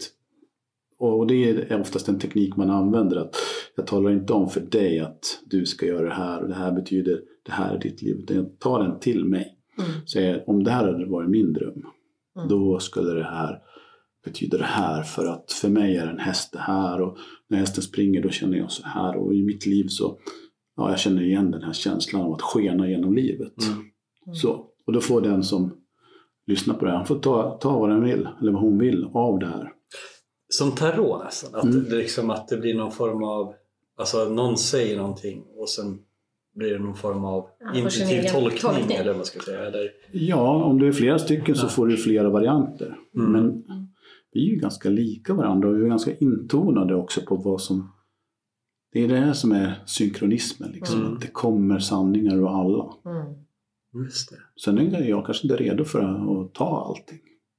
och det är oftast en teknik man använder, att jag talar inte om för dig att du ska göra det här och det här betyder det här är ditt liv. Utan jag tar den till mig. Mm. Så jag, om det här hade varit min dröm, mm. då skulle det här betyder det här, för att för mig är en häst det här, och när hästen springer då känner jag så här, och i mitt liv så ja, jag känner igen den här känslan av att skena genom livet. Mm. Mm. Så, och då får den som lyssnar på det, han får ta, ta vad den vill eller vad hon vill av det här. Som tarot nästan, att, mm. det, liksom, att det blir någon form av, alltså någon säger någonting och sen blir det någon form av ja, intuitiv tolkning, tolkning eller vad man ska säga. Eller? Ja, om det är flera stycken så får du flera varianter. Mm. Men vi är ju ganska lika varandra och vi är ganska intonade också på vad som, det är det här som är synkronismen liksom, mm. att det kommer sanningar ur alla. Mm. Just det. Sen är jag kanske inte redo för att ta allting.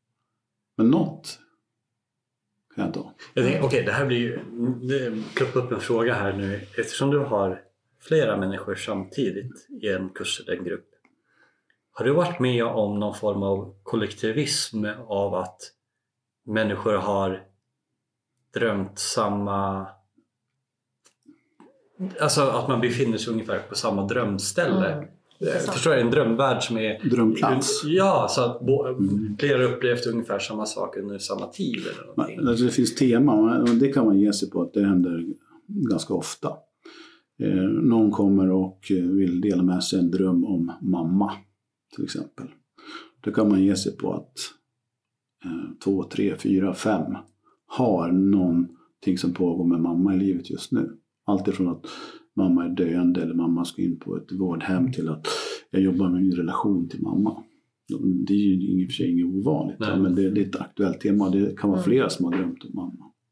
Men något kan jag ta. Okej, okay, det här blir ju, det ploppar upp en fråga här nu. Eftersom du har flera människor samtidigt i en kurs eller en grupp. Har du varit med om någon form av kollektivism av att människor har drömt samma, alltså att man befinner sig ungefär på samma drömställe? Mm. Förstår jag, en drömvärld som är drömplats. Ja, så att mm. flera upplevt ungefär samma sak under samma tid eller någonting. Alltså det finns tema, och det kan man ge sig på att det händer ganska ofta. Eh, någon kommer och vill dela med sig en dröm om mamma till exempel. Då kan man ge sig på att eh, två, tre, fyra, fem har någonting som pågår med mamma i livet just nu. Allt ifrån att mamma är döende eller mamma ska in på ett vårdhem till att jag jobbar med min relation till mamma. Det är ju i och för sig inget ovanligt, ja, men det, det är ett aktuellt tema. Det kan vara flera som har drömt om mamma.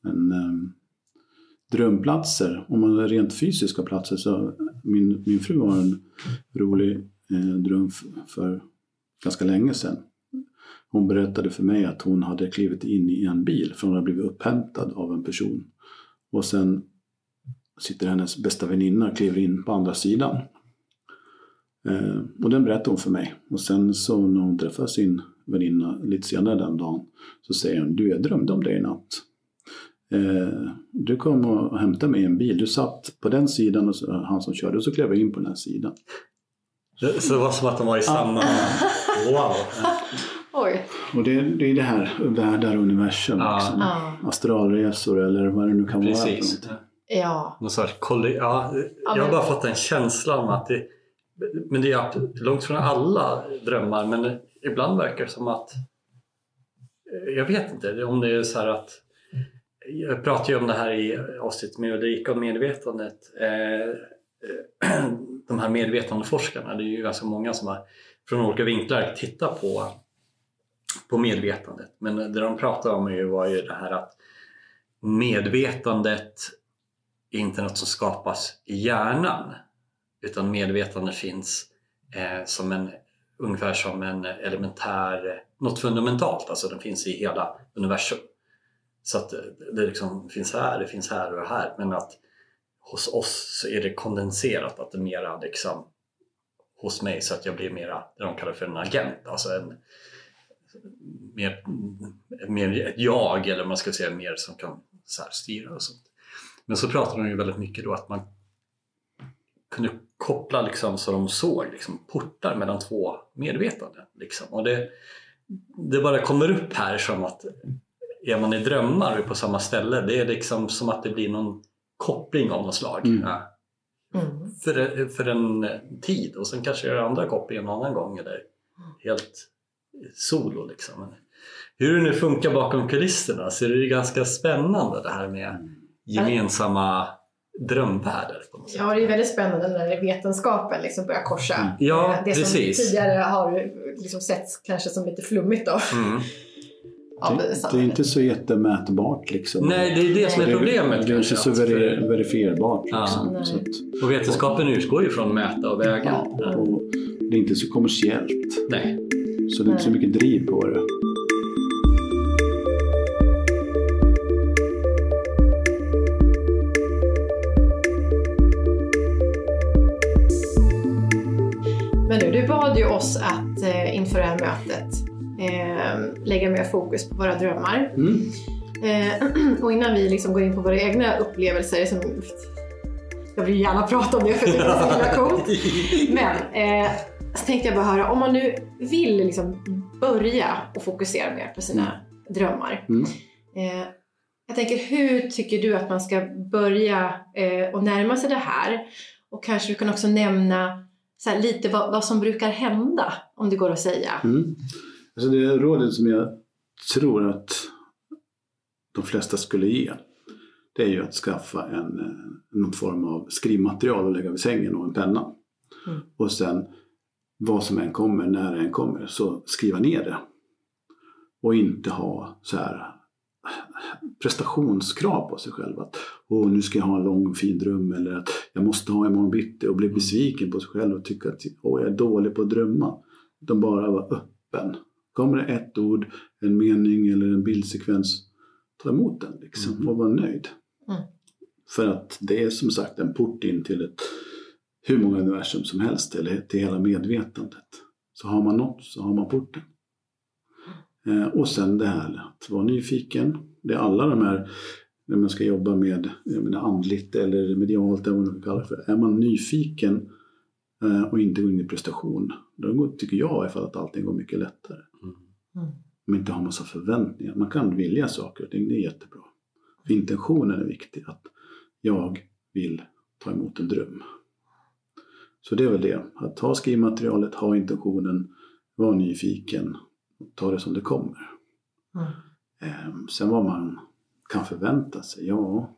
Men um, drömplatser, om man är rent fysiska platser, så min, min fru har en rolig eh, dröm f- för ganska länge sedan. Hon berättade för mig att hon hade klivit in i en bil från att ha blivit upphämtad av en person. Och sen sitter hennes bästa väninna och kliver in på andra sidan. Eh, och den berättade hon för mig. Och sen så när hon träffade sin väninna lite senare den dagen, så säger hon: du, jag drömde om dig i natt. Eh, du kom och hämtade mig i en bil. Du satt på den sidan och så, han som körde, och så klev jag in på den här sidan. Det, så det var som att de var i samma... Wow! Oj. Och det, det är det här, världar och universum. Ja. Liksom. Ja. Astralresor eller vad det nu kan Precis. vara. Ja. Någon sorts kolli- ja, jag har bara fått en känsla om att det... Men det är långt från alla drömmar, men ibland verkar det som att... Jag vet inte om det är så här att... Jag pratade ju om det här i avsnitt med Ulrika om medvetandet. De här medvetandeforskarna, det är ju ganska många som har från olika vinklar tittat på, på medvetandet. Men det de pratade om ju var ju det här att medvetandet är inte något som skapas i hjärnan, utan medvetande finns eh, som en, ungefär som en elementär, något fundamentalt, alltså den finns i hela universum. Så att det liksom finns här, det finns här och här, men att hos oss så är det kondenserat, att det är mera liksom hos mig, så att jag blir mera det de kallar för en agent, alltså en mer, mer ett jag, eller man ska säga mer som kan så här styra och sånt. Men så pratar de ju väldigt mycket då att man kunde koppla liksom, så de såg liksom portar mellan två medvetanden liksom. Och det, det bara kommer upp här som att är man i drömmar på samma ställe, det är liksom som att det blir någon koppling av något slag. Mm. Ja. Mm. För, för en tid, och sen kanske gör andra koppling en annan gång, eller helt solo liksom. Hur det nu funkar bakom kulisserna, så är det ganska spännande det här med gemensamma drömvärldar. Ja, det är väldigt spännande när vetenskapen liksom börjar korsa. Ja, det precis. som tidigare har liksom setts kanske som lite flummigt då. Mm. Det, det är inte så jättemätbart liksom. Nej, det är det som är problemet. Det är inte så veri- verifierbart liksom. Ja. Så att, och vetenskapen utgår ju från mäta och väga. ja, och det är inte så kommersiellt. Nej. Så det är inte så mycket driv på det. Men du, du bad ju oss att eh, inför det här mötet eh, lägga mer fokus på våra drömmar. Mm. Eh, och innan vi liksom går in på våra egna upplevelser, som, jag vill gärna prata om det för det är så himla coolt. Men eh, så tänkte jag bara höra, om man nu vill liksom börja och fokusera mer på sina mm. drömmar. Mm. Eh, jag tänker, hur tycker du att man ska börja eh, och närma sig det här? Och kanske du kan också nämna så här, lite vad, vad som brukar hända, om det går att säga. Mm. Alltså det rådet som jag tror att de flesta skulle ge, det är ju att skaffa en, någon form av skrivmaterial och lägga vid sängen och en penna. Mm. Och sen vad som än kommer, när det än kommer, så skriva ner det. Och inte ha så här prestationskrav på sig själv. Att åh, nu ska jag ha en lång fin dröm, eller att jag måste ha en morgon bitti, och bli besviken på sig själv och tycka att åh, jag är dålig på att drömma. De bara vara öppen. Kommer det ett ord, en mening eller en bildsekvens, ta emot den liksom, mm. och vara nöjd. Mm. För att det är som sagt en port in till ett, hur många universum som helst, eller till hela medvetandet. Så har man något, så har man porten. Eh, och sen det här att vara nyfiken. Det är alla de här, när man ska jobba med, jag menar, andligt eller medialt, eller vad man kallar det för. Är man nyfiken eh, och inte går in i prestation, då tycker jag i alla fall att allting går mycket lättare. Mm. Mm. Man inte har massa förväntningar. Man kan vilja saker och ting, det är jättebra. För intentionen är viktig, att jag vill ta emot en dröm. Så det är väl det, att ha skrivmaterialet, ha intentionen, vara nyfiken, ta det som det kommer. Mm. Eh, sen vad man kan förvänta sig, ja,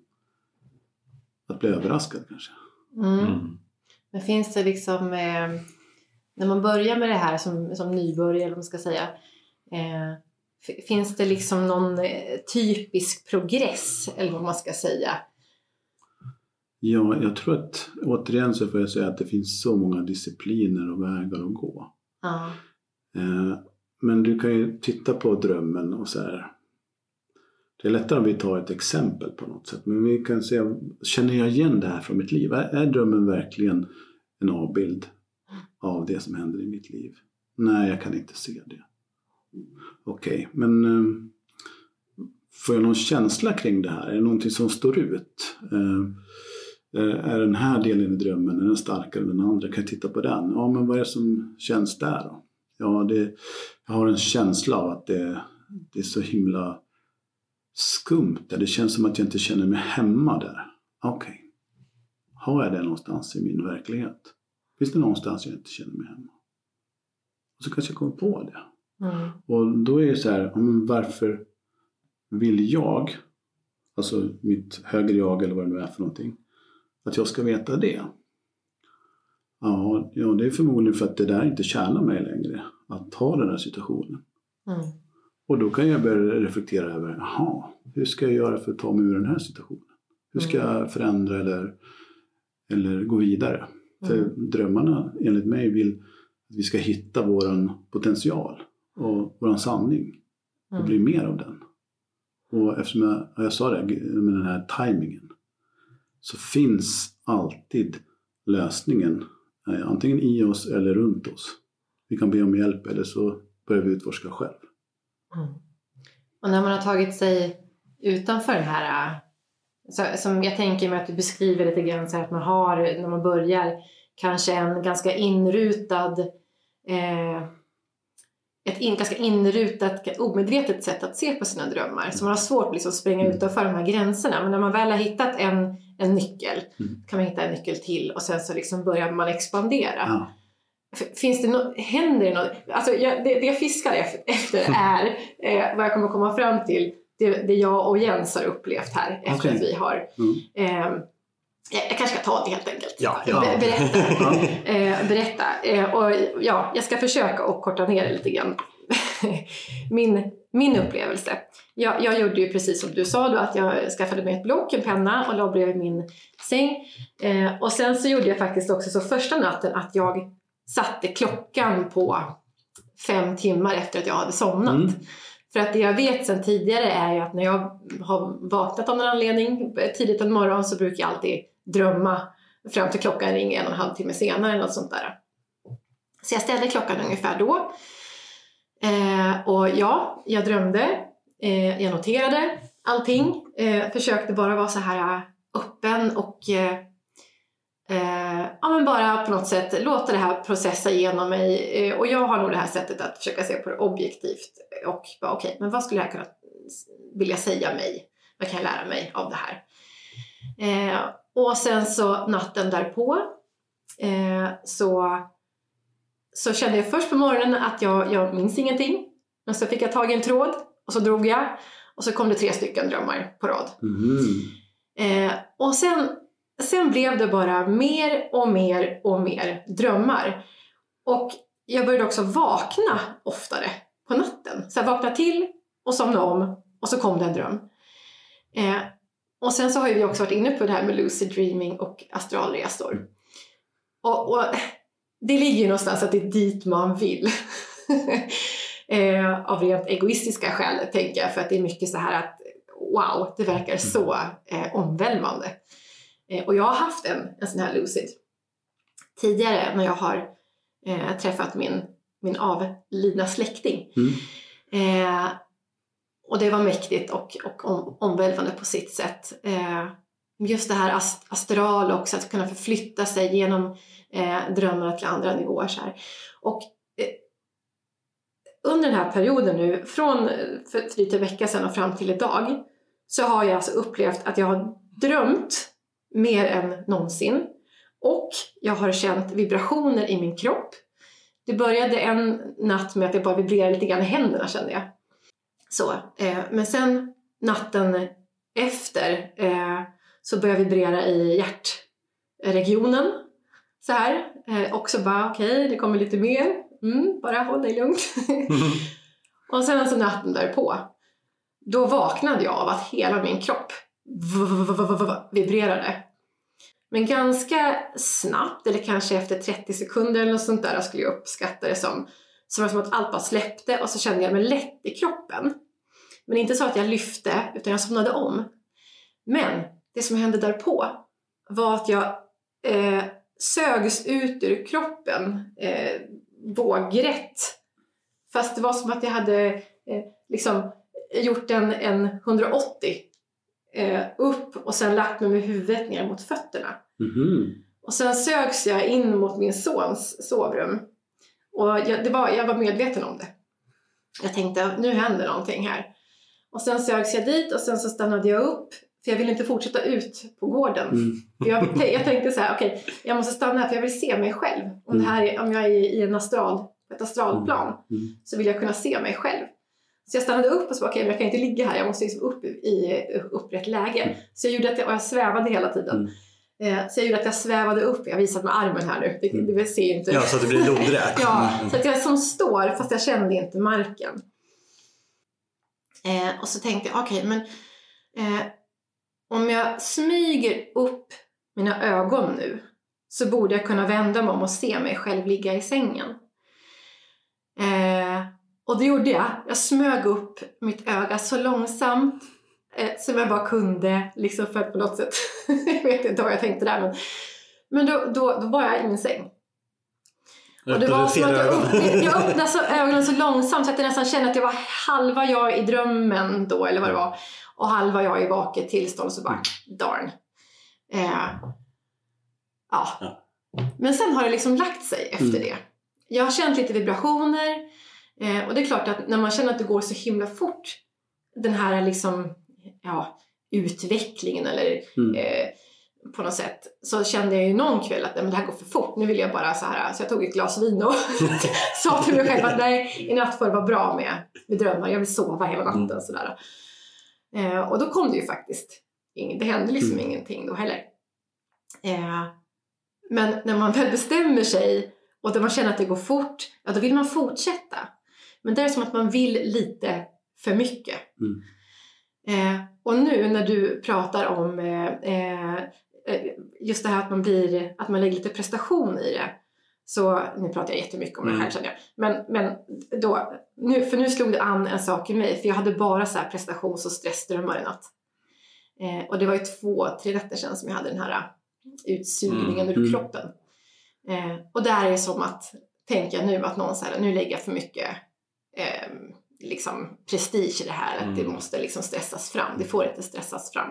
att bli överraskad kanske. Mm. Mm. Men finns det liksom, eh, när man börjar med det här som, som nybörjare, eller vad man ska säga, eh, Finns det liksom någon typisk progress eller vad man ska säga? Ja, jag tror att återigen så får jag säga att det finns så många discipliner och vägar att gå. Ja. Eh, men du kan ju titta på drömmen och så här. Det är lättare om vi tar ett exempel på något sätt. Men vi kan säga, känner jag igen det här från mitt liv? Är, är drömmen verkligen en avbild av det som händer i mitt liv? Nej, jag kan inte se det. Okej, okay, men eh, får jag någon känsla kring det här? Är det någonting som står ut? Eh, är den här delen i drömmen, är den starkare än den andra? Kan jag titta på den? Ja, men vad är det som känns där då? Ja, det, jag har en känsla av att det, det är så himla skumt. Det känns som att jag inte känner mig hemma där. Okej. Okay. Har jag det någonstans i min verklighet? Finns det någonstans jag inte känner mig hemma? Och så kanske jag kommer på det. Mm. Och då är det så här, varför vill jag, alltså mitt högre jag eller vad det nu är för någonting, att jag ska veta det? Ja, ja, det är förmodligen för att det där inte tjänar mig längre att ha den här situationen. Mm. Och då kan jag börja reflektera över, jaha, hur ska jag göra för att ta mig ur den här situationen? Hur ska mm. jag förändra eller, eller gå vidare? Mm. För drömmarna enligt mig vill att vi ska hitta våran potential och våran sanning och mm. bli mer av den. Och eftersom jag, jag sa det med den här timingen, så finns alltid lösningen eh, antingen i oss eller runt oss. Vi kan be om hjälp eller så börjar vi utforska själv. Mm. Och när man har tagit sig utanför den här, så, som jag tänker mig att du beskriver lite grann så här, att man har, när man börjar kanske en ganska inrutad eh, ett in, ganska inrutat omedvetet sätt att se på sina drömmar, så man har svårt att liksom spränga mm. utanför de här gränserna. Men när man väl har hittat en, en nyckel mm. kan man hitta en nyckel till och sen så liksom börjar man expandera. Ja. Finns det no- händer det något? Alltså jag, det, det jag fiskar efter är eh, vad jag kommer komma fram till, det, det jag och Jens har upplevt här efter okay. att vi har mm. eh, jag kanske ska ta det helt enkelt. Ja, ja. Be- berätta. eh, berätta. Eh, och ja, jag ska försöka och korta ner det lite grann. min, min upplevelse. Jag, jag gjorde ju precis som du sa då, att jag skaffade mig ett block, en penna och la bredvid min säng. Eh, och sen så gjorde jag faktiskt också så första natten att jag satte klockan på fem timmar efter att jag hade somnat. Mm. För att det jag vet sedan tidigare är ju att när jag har vaknat av någon anledning tidigt en morgon så brukar jag alltid drömma fram till klockan ringer en och en halv timme senare eller något sånt där. Så jag ställde klockan ungefär då. Eh, och ja, jag drömde. Eh, jag noterade allting. Eh, försökte bara vara så här öppen och eh, eh, ja, men bara på något sätt låta det här processa igenom mig. Eh, och jag har nog det här sättet att försöka se på det objektivt. Och bara okej, okay, men vad skulle jag kunna vilja säga mig? Vad kan jag lära mig av det här? Eh, och sen så natten därpå eh, så, så kände jag först på morgonen att jag, jag minns ingenting. Men så fick jag tag i en tråd och så drog jag. Och så kom det tre stycken drömmar på rad. Mm. Eh, och sen, sen blev det bara mer och mer och mer drömmar. Och jag började också vakna oftare på natten. Så jag vaknade till och somnade om. Och så kom det en dröm. Eh, och sen så har vi också varit inne på det här med lucid dreaming och astralresor. Och, och det ligger ju någonstans att det är dit man vill. eh, av rent egoistiska skäl tänker jag. För att det är mycket så här att wow, det verkar så eh, omvälvande. Eh, och jag har haft en, en sån här lucid tidigare när jag har eh, träffat min, min avlidna släkting. Mm. Eh, och det var mäktigt och, och om, omvälvande på sitt sätt. Eh, just det här ast- astral också, att kunna förflytta sig genom eh, drömmar till andra nivåer. Så här. Och eh, under den här perioden nu, från för lite vecka sedan och fram till idag, så har jag alltså upplevt att jag har drömt mer än någonsin. Och jag har känt vibrationer i min kropp. Det började en natt med att jag bara vibrerade lite grann i händerna, kände jag. Så, eh, men sen natten efter eh, så började jag vibrera i hjärtregionen. Så här. Eh, också bara, okej, okay, det kommer lite mer. Mm, bara håll dig lugnt. Och sen så natten därpå, då vaknade jag av att hela min kropp vibrerade. Men ganska snabbt, eller kanske efter trettio sekunder eller något sånt där, skulle jag uppskatta det som. Så var det som att allt bara släppte och så kände jag mig lätt i kroppen. Men inte så att jag lyfte, utan jag somnade om. Men det som hände därpå var att jag eh, sögs ut ur kroppen eh, vågrätt. Fast det var som att jag hade eh, liksom gjort en, en hundraåttio eh, upp och sen lagt mig med huvudet ner mot fötterna. Mm-hmm. Och sen sögs jag in mot min sons sovrum. Och jag, det var, jag var medveten om det. Jag tänkte, nu händer någonting här. Och sen sögs jag dit och sen så stannade jag upp. För jag ville inte fortsätta ut på gården. Mm. För jag, jag tänkte så här, okej, okay, jag måste stanna här för jag vill se mig själv. Om, mm. det här är, om jag är i en astral, ett astralplan mm. så vill jag kunna se mig själv. Så jag stannade upp och så okej, okay, men jag kan inte ligga här. Jag måste liksom upp i upprätt läge. Mm. Så jag gjorde att jag, och jag svävade hela tiden. Mm. Eh, så jag gjorde att jag svävade upp. Jag har visat med armen här nu. Det, det, det ser inte. Ja, så att det blir lodrätt. Ja, så att jag som står fast jag kände inte marken. Eh, och så tänkte jag, okej, okay, men eh, om jag smyger upp mina ögon nu så borde jag kunna vända mig om och se mig själv ligga i sängen. Eh, och det gjorde jag. Jag smög upp mitt öga så långsamt eh, som jag bara kunde. Liksom för att på något sätt, jag vet inte vad jag tänkte där. Men, men då, då, då var jag i min säng. Och det var som att jag, upp, jag öppnade så ögonen så långsamt så att jag nästan kände att jag var halva jag i drömmen då, eller vad det var. Och halva jag i vaket tillstånd, så bara, darn. Eh, ja. Men sen har det liksom lagt sig efter mm. det. Jag har känt lite vibrationer. Eh, och det är klart att när man känner att det går så himla fort, den här liksom, ja, utvecklingen eller mm. eh, på något sätt, så kände jag ju någon kväll att men det här går för fort. Nu vill jag bara så här, så jag tog ett glas vin och sa till mig själv att nej, i natt får det vara bra med, med drömmar. Jag vill sova hela natten mm. sådär. Eh, och då kom det ju faktiskt det hände liksom mm. ingenting då heller. Eh, men när man väl bestämmer sig och när man känner att det går fort, ja, då vill man fortsätta. Men det är som att man vill lite för mycket. Mm. Eh, och nu när du pratar om eh, just det här att man blir, att man lägger lite prestation i det. Så nu pratar jag jättemycket om det här mm. känner jag. Men, men då, nu, för nu slog det an en sak i mig. För jag hade bara så här prestations- och stressdrömmar i natt. Eh, och det var ju två, tre nätter sedan som jag hade den här utsugningen mm. ur kroppen. Eh, och där är det som att, tänker jag nu att någon så här, nu lägger jag för mycket eh, liksom prestige i det här. Mm. Att det måste liksom stressas fram. Det får inte stressas fram.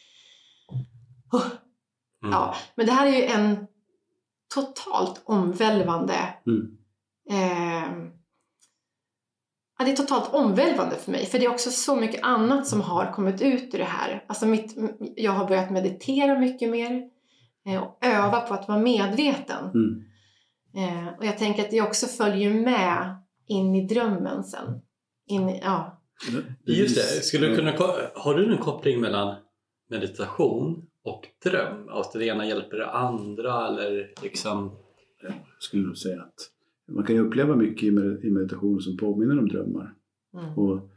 Oh. Mm. Ja, men det här är ju en totalt omvälvande mm. eh, ja, det är totalt omvälvande för mig, för det är också så mycket annat som har kommit ut ur det här. Alltså mitt, jag har börjat meditera mycket mer eh, och öva på att vara medveten mm. eh, och jag tänker att det också följer med in i drömmen sen in i, ja. Just det, skulle du kunna, har du en koppling mellan meditation och dröm? Alltså det ena hjälper det andra eller liksom... Jag skulle nog säga att man kan ju uppleva mycket i meditation som påminner om drömmar. Mm. Och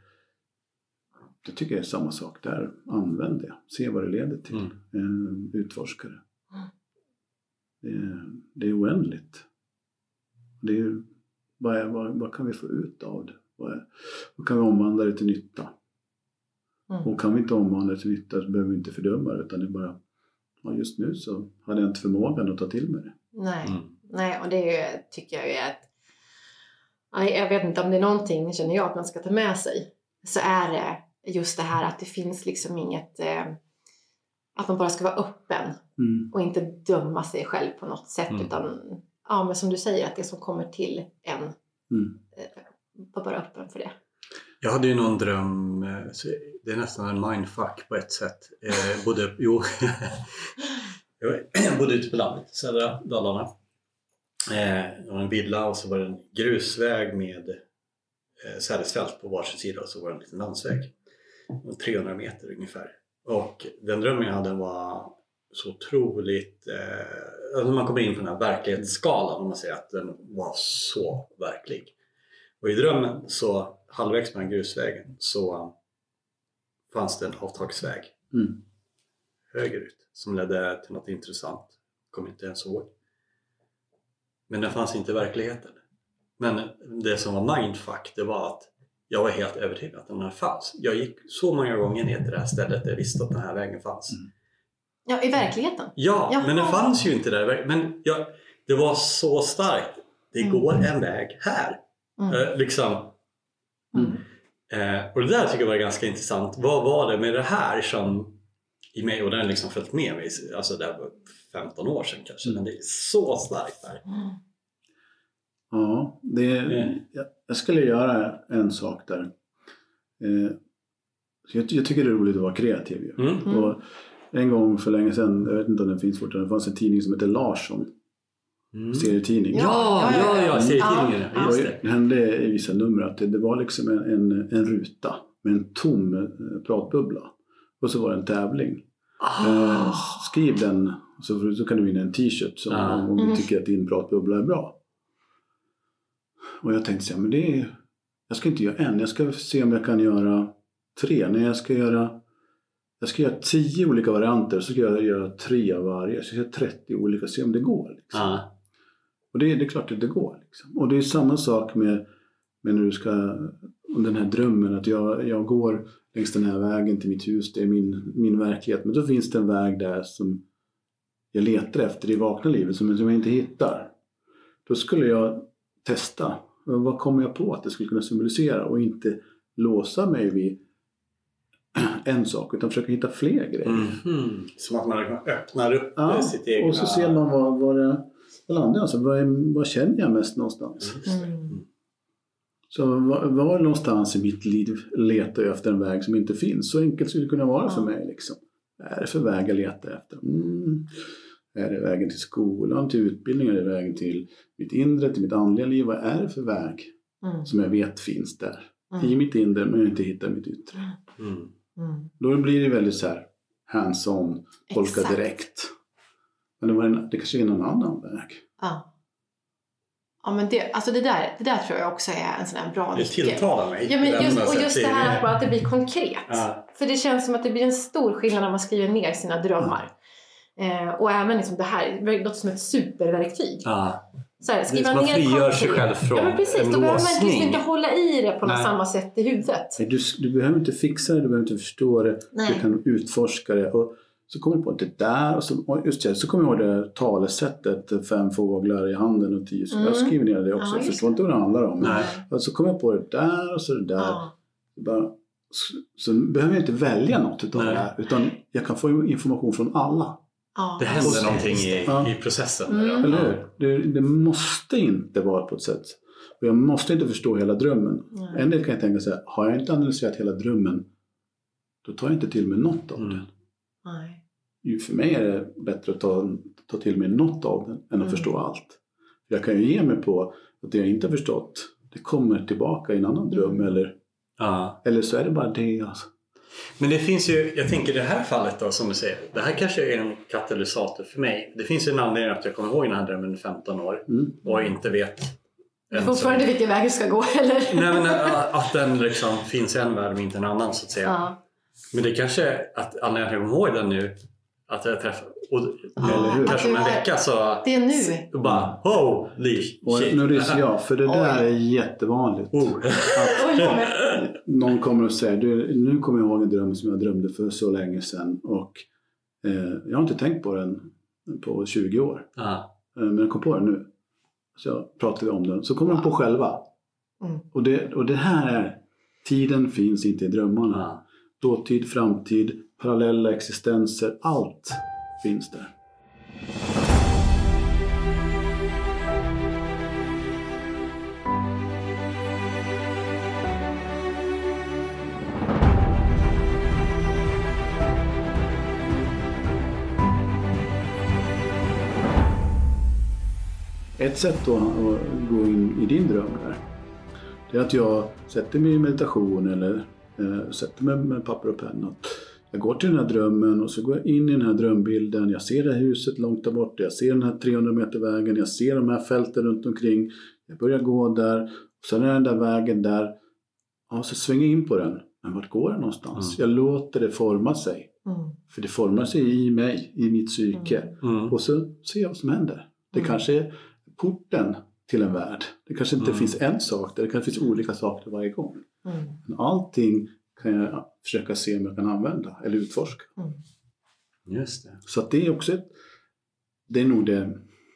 det tycker jag är samma sak där. Använd det. Se vad det leder till. Mm. Utforska det. Mm. Det, är, det är oändligt. Det är, vad, är, vad, vad kan vi få ut av det? Vad, är, vad kan vi omvandla det till nytta? Mm. Och kan vi inte omvandla det till nytta så behöver vi inte fördöma det. Utan det är bara, ja, just nu så hade jag inte förmågan att ta till mig det. Nej, mm. Nej och det är, tycker jag är att... Jag vet inte om det är någonting, känner jag, att man ska ta med sig. Så är det just det här att det finns liksom inget... Eh, att man bara ska vara öppen. Mm. Och inte döma sig själv på något sätt. Mm. Utan, ja, men som du säger, att det som kommer till en... Mm. Eh, var bara öppen för det. Jag hade ju någon dröm, det är nästan en mindfuck på ett sätt. Eh, både, jo, jag bodde ute på landet, södra Dalarna. Eh, det var en villa och så var det en grusväg med eh, sädesfält på varsin sida och så var det en liten landsväg. trehundra meter ungefär. Och den drömmen jag hade var så otroligt, eh, alltså man kommer in på den här verklighetsskalan och man säger att den var så verklig. Och i drömmen så halvvägs med den grusvägen så fanns det en avtagsväg Mm. högerut som ledde till något intressant. Kommer inte ens ihåg. Men den fanns inte i verkligheten. Men det som var mindfuck, det var att jag var helt övertygad att den här fanns. Jag gick så många gånger ner till det här stället där jag visste att den här vägen fanns. Mm. Ja, i verkligen. Ja, Jaha. men den fanns ju inte där. Men jag, det var så starkt. Det Mm. går en väg här. Mm. Eh, liksom. Mm. Eh, och det där tycker jag var ganska intressant. Vad var det med det här som i mig, och den liksom följt med mig, alltså det var femton år sedan kanske, men det är så starkt där. Mm. Ja, det, Mm. jag, jag skulle göra en sak där. Eh, så jag, jag tycker det är roligt att vara kreativ. Ju. Mm. Mm. Och en gång för länge sedan, jag vet inte om den finns fortfarande, det fanns en tidning som heter Larsson. Mm. Serietidning. Ja, ja, ja, ja, serietidningen. Ja, Ja, just Och det. det hände i vissa nummer att det, det var liksom en, en, en ruta med en tom eh, pratbubbla. Och så var det en tävling. Eh, skriv den, så, så kan du vinna en t-shirt som, Ah. om, om du Mm. tycker att din pratbubbla är bra. Och jag tänkte så här, men det är, jag ska inte göra en, jag ska se om jag kan göra tre. Nej, jag ska göra jag ska göra tio olika varianter, så ska jag göra tre av varje. Så jag ska göra trettio olika, se om det går. Liksom. Ja. Och det, det är klart att det går. Liksom. Och det är samma sak med, med när du ska, om den här drömmen att jag, jag går längs den här vägen till mitt hus, det är min, min verklighet. Men då finns det en väg där som jag letar efter i vakna livet som, som jag inte hittar. Då skulle jag testa, vad kommer jag på att det skulle kunna symbolisera, och inte låsa mig vid en sak utan försöka hitta fler grejer. Mm. Som att man öppnar upp Ja, sitt egna... och så ser man vad, vad det vad landar. Alltså, vad, är, vad känner jag mest någonstans? Mm. Så var, var någonstans i mitt liv letar jag efter en väg som inte finns? Så enkelt skulle det kunna vara för mig. Liksom. Vad är det för väg jag letar efter? Mm. Är det vägen till skolan, till utbildning? Är det vägen till mitt inre, till mitt andliga liv? Vad är det för väg Mm. som jag vet finns där? Mm. I mitt inre, men jag inte hittar mitt yttre. Mm. Mm. Då blir det väldigt så här hands-on, tolka Exakt. direkt. Men det, var en, det kanske är någon annan väg. Ja. Ja, men det, alltså det, där, det där tror jag också är en sån här bra Det nyckel. tilltalar mig. Ja, men Den just, har och sett just det i- här att, bara att det blir konkret. Ja. För det känns som att det blir en stor skillnad när man skriver ner sina drömmar. Eh, och även liksom det här, det låter som ett superverktyg. Ja. Så här, Det är skriva som man ner frigör sig konkret. själv från ja, men precis, en då behöver man låsning. liksom inte hålla i det på något Nej. samma sätt i huvudet. Nej, Du, du behöver inte fixa det, du behöver inte förstå det. Nej. Du kan utforska det. Och så kommer du på att det där, och så, och just det, så kommer jag ihåg det talesättet, fem fåglar i handen och tio. Så Mm. jag skriver ner det också, Ja, jag just förstår inte vad det handlar om. Nej. Och så kommer jag på det där och så det där. Ja. Bara, så, så behöver jag inte välja något utav Nej. det här, utan jag kan få information från alla. Ja. Det händer någonting i, Ja. i processen. Mm. Där, Eller hur? Det, det måste inte vara på ett sätt. Och jag måste inte förstå hela drömmen. Nej. En del kan jag tänka så här, har jag inte analyserat hela drömmen, då tar jag inte till mig något av Mm. den. Nej. Ju för mig är det bättre att ta, ta till mig något av den än att Mm. förstå allt. Jag kan ju ge mig på att det jag inte har förstått, det kommer tillbaka i en annan dröm. Mm. Eller, Ja. eller så är det bara det. Alltså. Men det finns ju, jag tänker i det här fallet då, som du säger, det här kanske är en katalysator för mig. Det finns ju en anledning att jag kommer ihåg den här drömmen i femton år Mm. och inte vet än Fortfarande så- vilken väg du ska gå, eller? Nej, men äh, att den liksom finns en värld och inte en annan, så att säga. Ja. Men det kanske att anledningen att jag kommer ihåg den nu, att jag träffar och Eller hur? kanske om en vecka så Det är nu. och bara holy Och shit. nu ryser jag, för det där är jättevanligt. Oh. Oj, jag med. Någon kommer och säger, du, nu kommer jag ihåg en dröm som jag drömde för så länge sedan. Och eh, jag har inte tänkt på den på tjugo år. Ja. Eh, men jag kom på den nu. Så pratar vi om den. Så kommer de på själva. Mm. Och det, och det här är, tiden finns inte i drömmarna. Ja. Dåtid, framtid, parallella existenser, allt finns där. Ett sätt då att gå in i din dröm där, det är att jag sätter mig i meditation eller eh, sätter mig med papper och penna. Jag går till den här drömmen och så går jag in i den här drömbilden. Jag ser det här huset långt där borta. Jag ser den här trehundra meter vägen. Jag ser de här fälten runt omkring. Jag börjar gå där. Och sen är den där vägen där. ja, så svänger jag in på den. Men vart går den någonstans? Mm. Jag låter det forma sig. Mm. För det formar sig i mig, i mitt psyke. Mm. Och så ser jag vad som händer. Det mm. kanske är porten till en värld. Det kanske inte mm. finns en sak där. Det kanske finns olika saker varje gång. Mm. Men allting kan jag försöka se om jag kan använda eller utforska. Mm. Just det. Så att det är också ett, det är nog det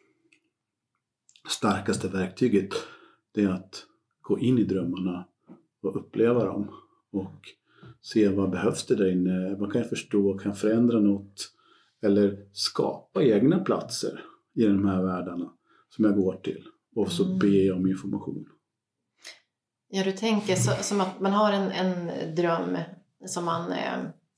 starkaste verktyget. Det är att gå in i drömmarna och uppleva dem. Och se vad behövs det där inne. Vad kan jag förstå? Kan jag förändra något? Eller skapa egna platser i de här världarna som jag går till. Och så mm. ber jag om information. Ja, du tänker så, som att man har en, en dröm som man... Eh,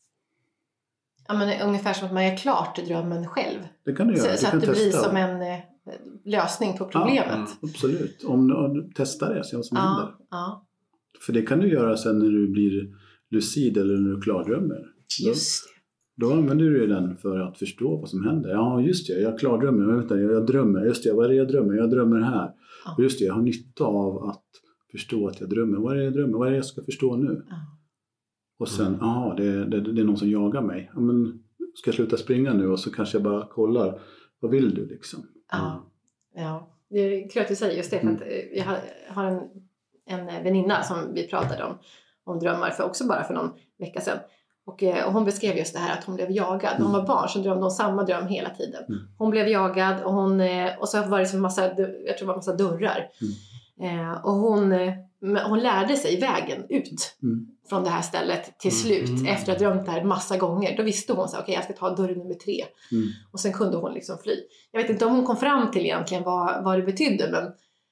ja, men ungefär som att man är klart drömmen själv. Det kan du göra. Så, du så kan att det testa. blir som en eh, lösning på problemet. Ja, absolut. Om du, om du testar det, se vad som ja, händer. Ja. För det kan du göra sen när du blir lucid eller när du klardrömmer. Just det. Då, då använder du den för att förstå vad som händer. Ja, just det. Jag klardrömmer. Vänta, jag, jag drömmer. Just det. Vad är det jag drömmer? Jag drömmer här. Ja. Och just det. Jag har nytta av att förstå att jag drömmer. Vad är det jag drömmer? Vad är det jag ska förstå nu? Ja. Och sen, ja, mm. det, det, det är någon som jagar mig. Ja, men ska jag sluta springa nu? Och så kanske jag bara kollar. Vad vill du liksom? Ja, ja. Det är klart att du säger just det. För att jag har en, en väninna som vi pratade om. Om drömmar för också bara för någon vecka sedan. Och, och hon beskrev just det här att hon blev jagad. När hon var barn så drömde hon samma dröm hela tiden. Mm. Hon blev jagad och, hon, och så var det som massa, jag tror det var massa dörrar. Mm. Eh, och hon, hon lärde sig vägen ut mm. från det här stället till slut. Mm. Efter att ha drömt det här massa gånger. Då visste hon så okej, okay, jag ska ta dörr nummer tre. Mm. Och sen kunde hon liksom fly. Jag vet inte om hon kom fram till egentligen vad, vad det betydde. Men,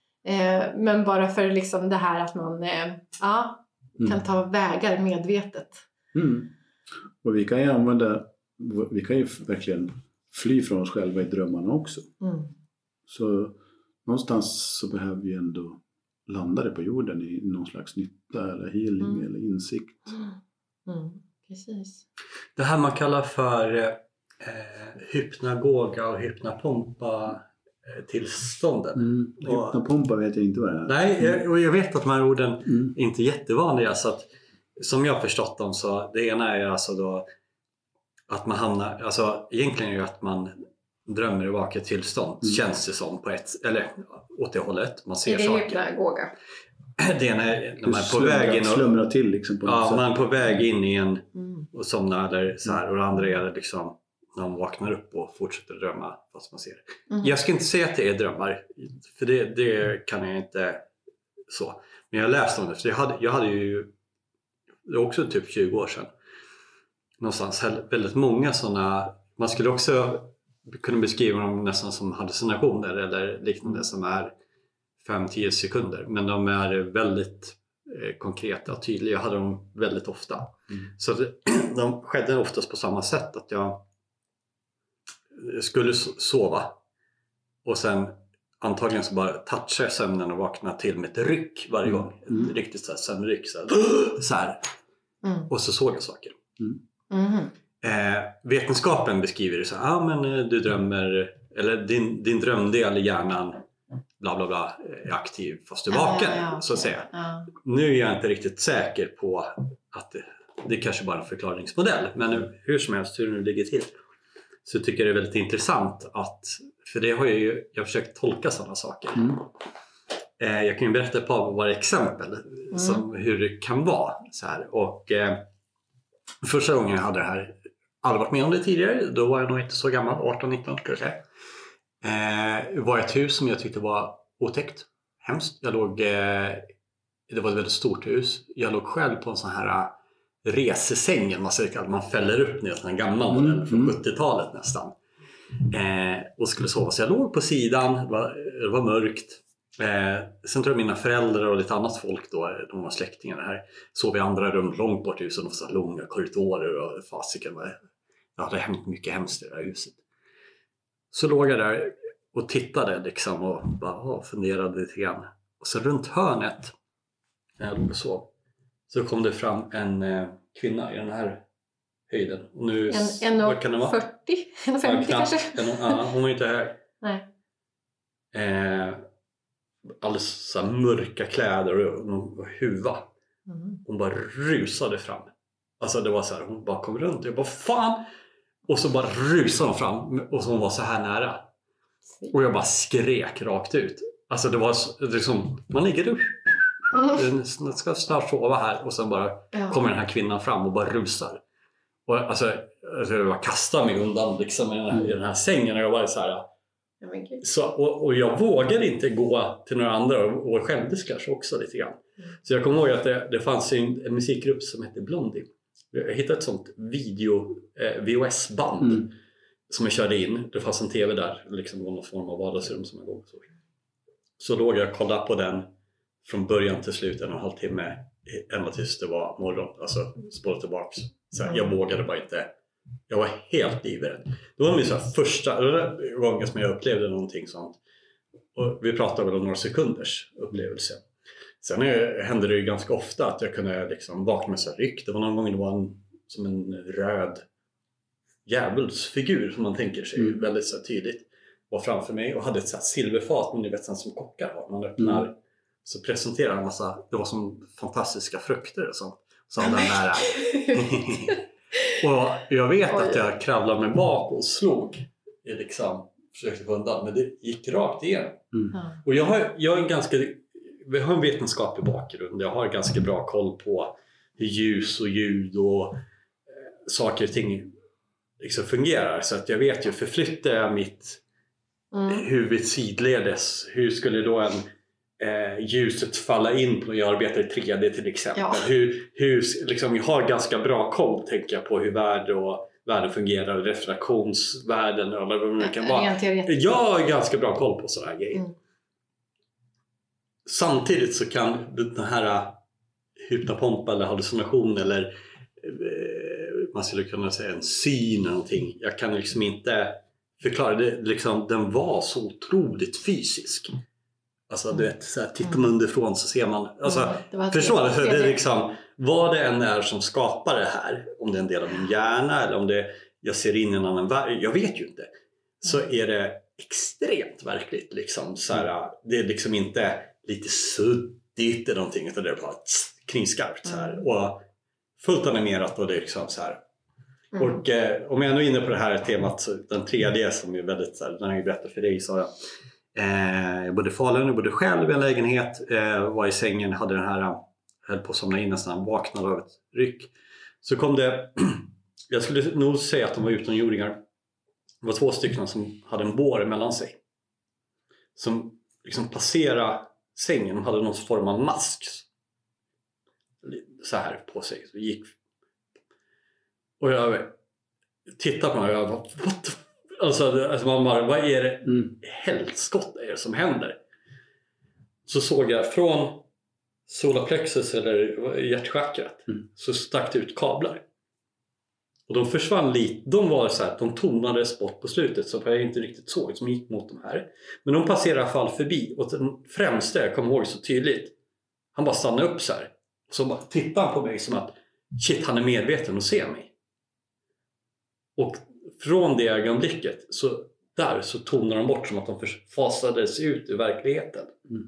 eh, men bara för liksom det här att man eh, ja, kan mm. ta vägar medvetet. Mm. Och vi kan ju använda, vi kan ju verkligen fly från oss själva i drömmarna också. Mm. Så någonstans så behöver vi ändå landa det på jorden i någon slags nytta eller healing mm. eller insikt. Mm. Precis. Det här man kallar för eh, hypnagoga och hypnapompa eh, tillstånden. Mm. Hypnapompa vet jag inte vad det är. Nej, jag, och jag vet att de här orden mm. inte är jättevanliga, så att som jag har förstått dem så det ena är alltså då att man hamnar, alltså egentligen är det att man drömmer i vaket tillstånd, mm. känns det som på ett, eller åt det hållet, man ser det saker. Det är hypnagoga. Det ena är när man är på väg in och slumra till liksom på ja, sätt. man är på väg in i en mm. och somnar eller så här, och det andra är liksom när man vaknar upp och fortsätter drömma fast man ser. Mm. Jag ska inte säga att det är drömmar, för det, det kan jag inte så. Men jag läste om det, för jag hade, jag hade ju det var också typ tjugo år sedan någonstans väldigt många sådana, man skulle också kunna beskriva dem nästan som hallucinationer eller liknande som är fem till tio sekunder, men de är väldigt eh, konkreta och tydliga. Jag hade dem väldigt ofta. Mm. Så det, de skedde oftast på samma sätt, att jag skulle sova och sen antagligen så bara touchar jag sömnen och vaknar till med ett ryck varje mm. gång. Mm. Ett riktigt så här sömnryck. Så här. Så här. Mm. Och så såg jag saker. Mm. Mm. Eh, vetenskapen beskriver det så här. Ah, men du drömmer, eller din, din drömdel i hjärnan bla bla bla är aktiv fast du är vaken. Ja, ja, ja. Så att säga. Ja. Nu är jag inte riktigt säker på att det, det är kanske bara en förklaringsmodell. Men nu, hur som helst, hur det nu ligger till. Så tycker jag det är väldigt intressant att, för det har jag ju, jag har försökt tolka sådana saker. Mm. Eh, jag kan ju berätta ett par av våra exempel mm. som hur det kan vara så här. Och eh, första gången jag hade det här, aldrig varit med om det tidigare, då var jag nog inte så gammal, arton nitton kanske. Eh, var ett hus som jag tyckte var otäckt, hemskt. Jag låg, eh, det var ett väldigt stort hus. Jag låg själv på en sån här resesängen, man säger att man fäller upp ner en gammal modell mm. från sjuttiotalet nästan. Eh, och skulle sova, så jag låg på sidan, det var, det var mörkt. Eh, sen tror jag mina föräldrar och lite annat folk då, de var släktingar här, sov i andra rum långt bort i huset, och så långa korridorer och fasiken. Det hade hänt mycket hemskt i det här huset. Så låg jag där och tittade liksom och bara funderade lite grann. Och så runt hörnet när jag låg och sov, så kom det fram en eh, kvinna i den här höjden. Och nu, en en fyrtio, en femtio ja, kanske? En, ja, hon var inte hög. Nej. Eh, alldeles så här mörka kläder och, och huva. Mm. Hon bara rusade fram. Alltså det var så här, hon bara kom runt och jag bara fan. Och så bara rusade hon fram och så hon var så här nära. Och jag bara skrek rakt ut. Alltså det var liksom, man ligger upp. Den ska snart sova här och sen bara ja. kommer den här kvinnan fram och bara rusar. Och alltså, alltså jag bara kastade mig undan liksom i den här, i den här sängen och jag var så här. Så, och, och jag vågade inte gå till några andra och, och skämdes kanske också lite grann. Mm. Så jag kommer ihåg att det, det fanns en, en musikgrupp som hette Blondie. Jag hittade ett sånt video, eh, V H S-band mm. som jag körde in. Det fanns en tv där, liksom någon form av vardagsrum som jag låg så. Så låg jag och kollade på den från början till slut en och en halv timme ända tills det var morgon. Alltså spåra tillbaks. Så jag vågade bara inte. Jag var helt livrädd. Det var min så här första gången som jag upplevde någonting sånt. Och vi pratade väl om några sekunders upplevelse. Sen hände det ju ganska ofta att jag kunde liksom vakna med så här ryck. Det var någon gång det var en, som en röd djävulsfigur som man tänker sig mm. väldigt så här tydligt. Var framför mig och hade ett så här silverfat, men ni vet som kockar har. Man öppnar mm. så presenterar en massa, det var som fantastiska frukter och sånt. Så hade den där. Och jag vet att jag kravlade mig bak och slog. Jag liksom försökte få undan, men det gick rakt igenom. Mm. Och jag har, jag är en ganska, vi har en vetenskaplig bakgrund. Jag har ganska bra koll på hur ljus och ljud och eh, saker och ting liksom fungerar. Så att jag vet ju, förflyttar jag mitt mm. huvud sidledes, hur skulle då en eh, ljuset falla in på, jag arbetar i tre D till exempel. Ja. Hur, hur, liksom, jag har ganska bra koll, tänker jag, på hur världen och världen fungerar, refraktionsvärden eller vad det kan vara. Jag har ganska bra koll på sådana här grejer. Mm. Samtidigt så kan den här hypnopompa eller hallucination eller eh, man skulle kunna säga en syn eller någonting. Jag kan liksom inte förklara det. Liksom, den var så otroligt fysisk. Alltså du vet, så här, tittar man underifrån så ser man, alltså, mm, förstår du? Det är liksom, vad det än är som skapar det här, om det är en del av min hjärna eller om det, jag ser in i en annan värld, jag vet ju inte. Så är det extremt verkligt liksom, så här, det är liksom inte lite suddigt eller någonting, utan det är bara kningsskarpt så här, och fullt animerat och det är liksom så här. Mm. Och eh, om jag är nu inne på det här temat, så den tredje som är väldigt så här, den har jag berättat för dig, så jag Eh, jag bodde i Falun, jag bodde själv i en lägenhet, eh, var i sängen, hade den här, höll på att somna in nästan, vaknade av ett ryck. Så kom det, jag skulle nog säga att de var utomjordingar. Det var två stycken som hade en bår mellan sig. Som liksom passerade sängen, de hade någon form av mask så här på sig. Så gick. Och jag tittade på mig och jag bara, what the fuck? Alltså, alltså man bara, vad är det mm. helskott är det som händer? Så såg jag från solarplexus eller hjärtchakrat mm. så stack det ut kablar. Och de försvann lite, de var så här, de tonades bort på slutet så jag inte riktigt såg, som gick mot de här. Men de passerade i alla fall förbi och den främsta, jag kommer ihåg så tydligt, han bara stannade upp så här. Och så bara tittade han på mig som att shit, han är medveten och ser mig. Och från det ögonblicket så där så tonar de bort som att de fasades ut i verkligheten. Mm.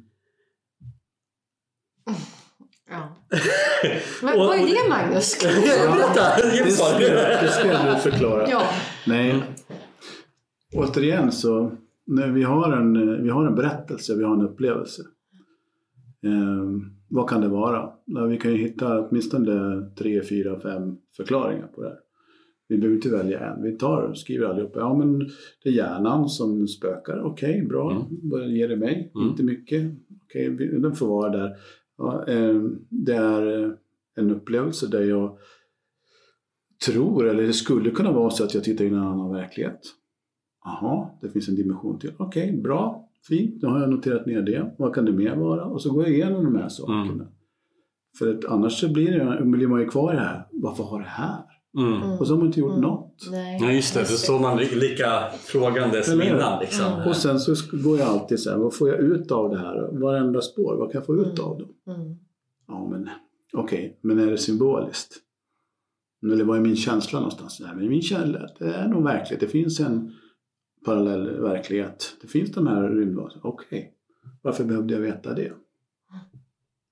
Ja. Men vad är det, Magnus? Ja, det, ska, det ska jag förklara. Ja. Nej. Återigen så när vi har en vi har en berättelse, vi har en upplevelse. Eh, vad kan det vara? Vi kan ju hitta åtminstone tre, fyra, fem förklaringar på det här. Vi behöver inte välja en. Vi tar skriver allihopa. Ja, men det är hjärnan som spökar. Okej, okay, bra. Mm. Vad ger det mig? Mm. Inte mycket. Okej, okay, den får vara där. Ja, eh, det är en upplevelse där jag tror, eller det skulle kunna vara så att jag tittar in i en annan verklighet. Aha, det finns en dimension till. Okej, okay, bra. Fint. Då har jag noterat ner det. Vad kan det mer vara? Och så går jag igenom de här sakerna. Mm. För att annars så blir, det, blir man ju kvar i det här. Varför har det här? Mm. Och så har man inte gjort mm. något. Nej. Ja, just det, så står man lika frågande som innan liksom. Mm. Och sen så går jag alltid så här, vad får jag ut av det här? Varenda spår, vad kan jag få ut av dem? Mm. Ja, men okej, okay. Men är det symboliskt? Eller vad är min känsla någonstans? Nej, men min känsla, det är nog verkligt. Det finns en parallell verklighet. Det finns de här rymdvasen. Okej, okay. Varför behövde jag veta det?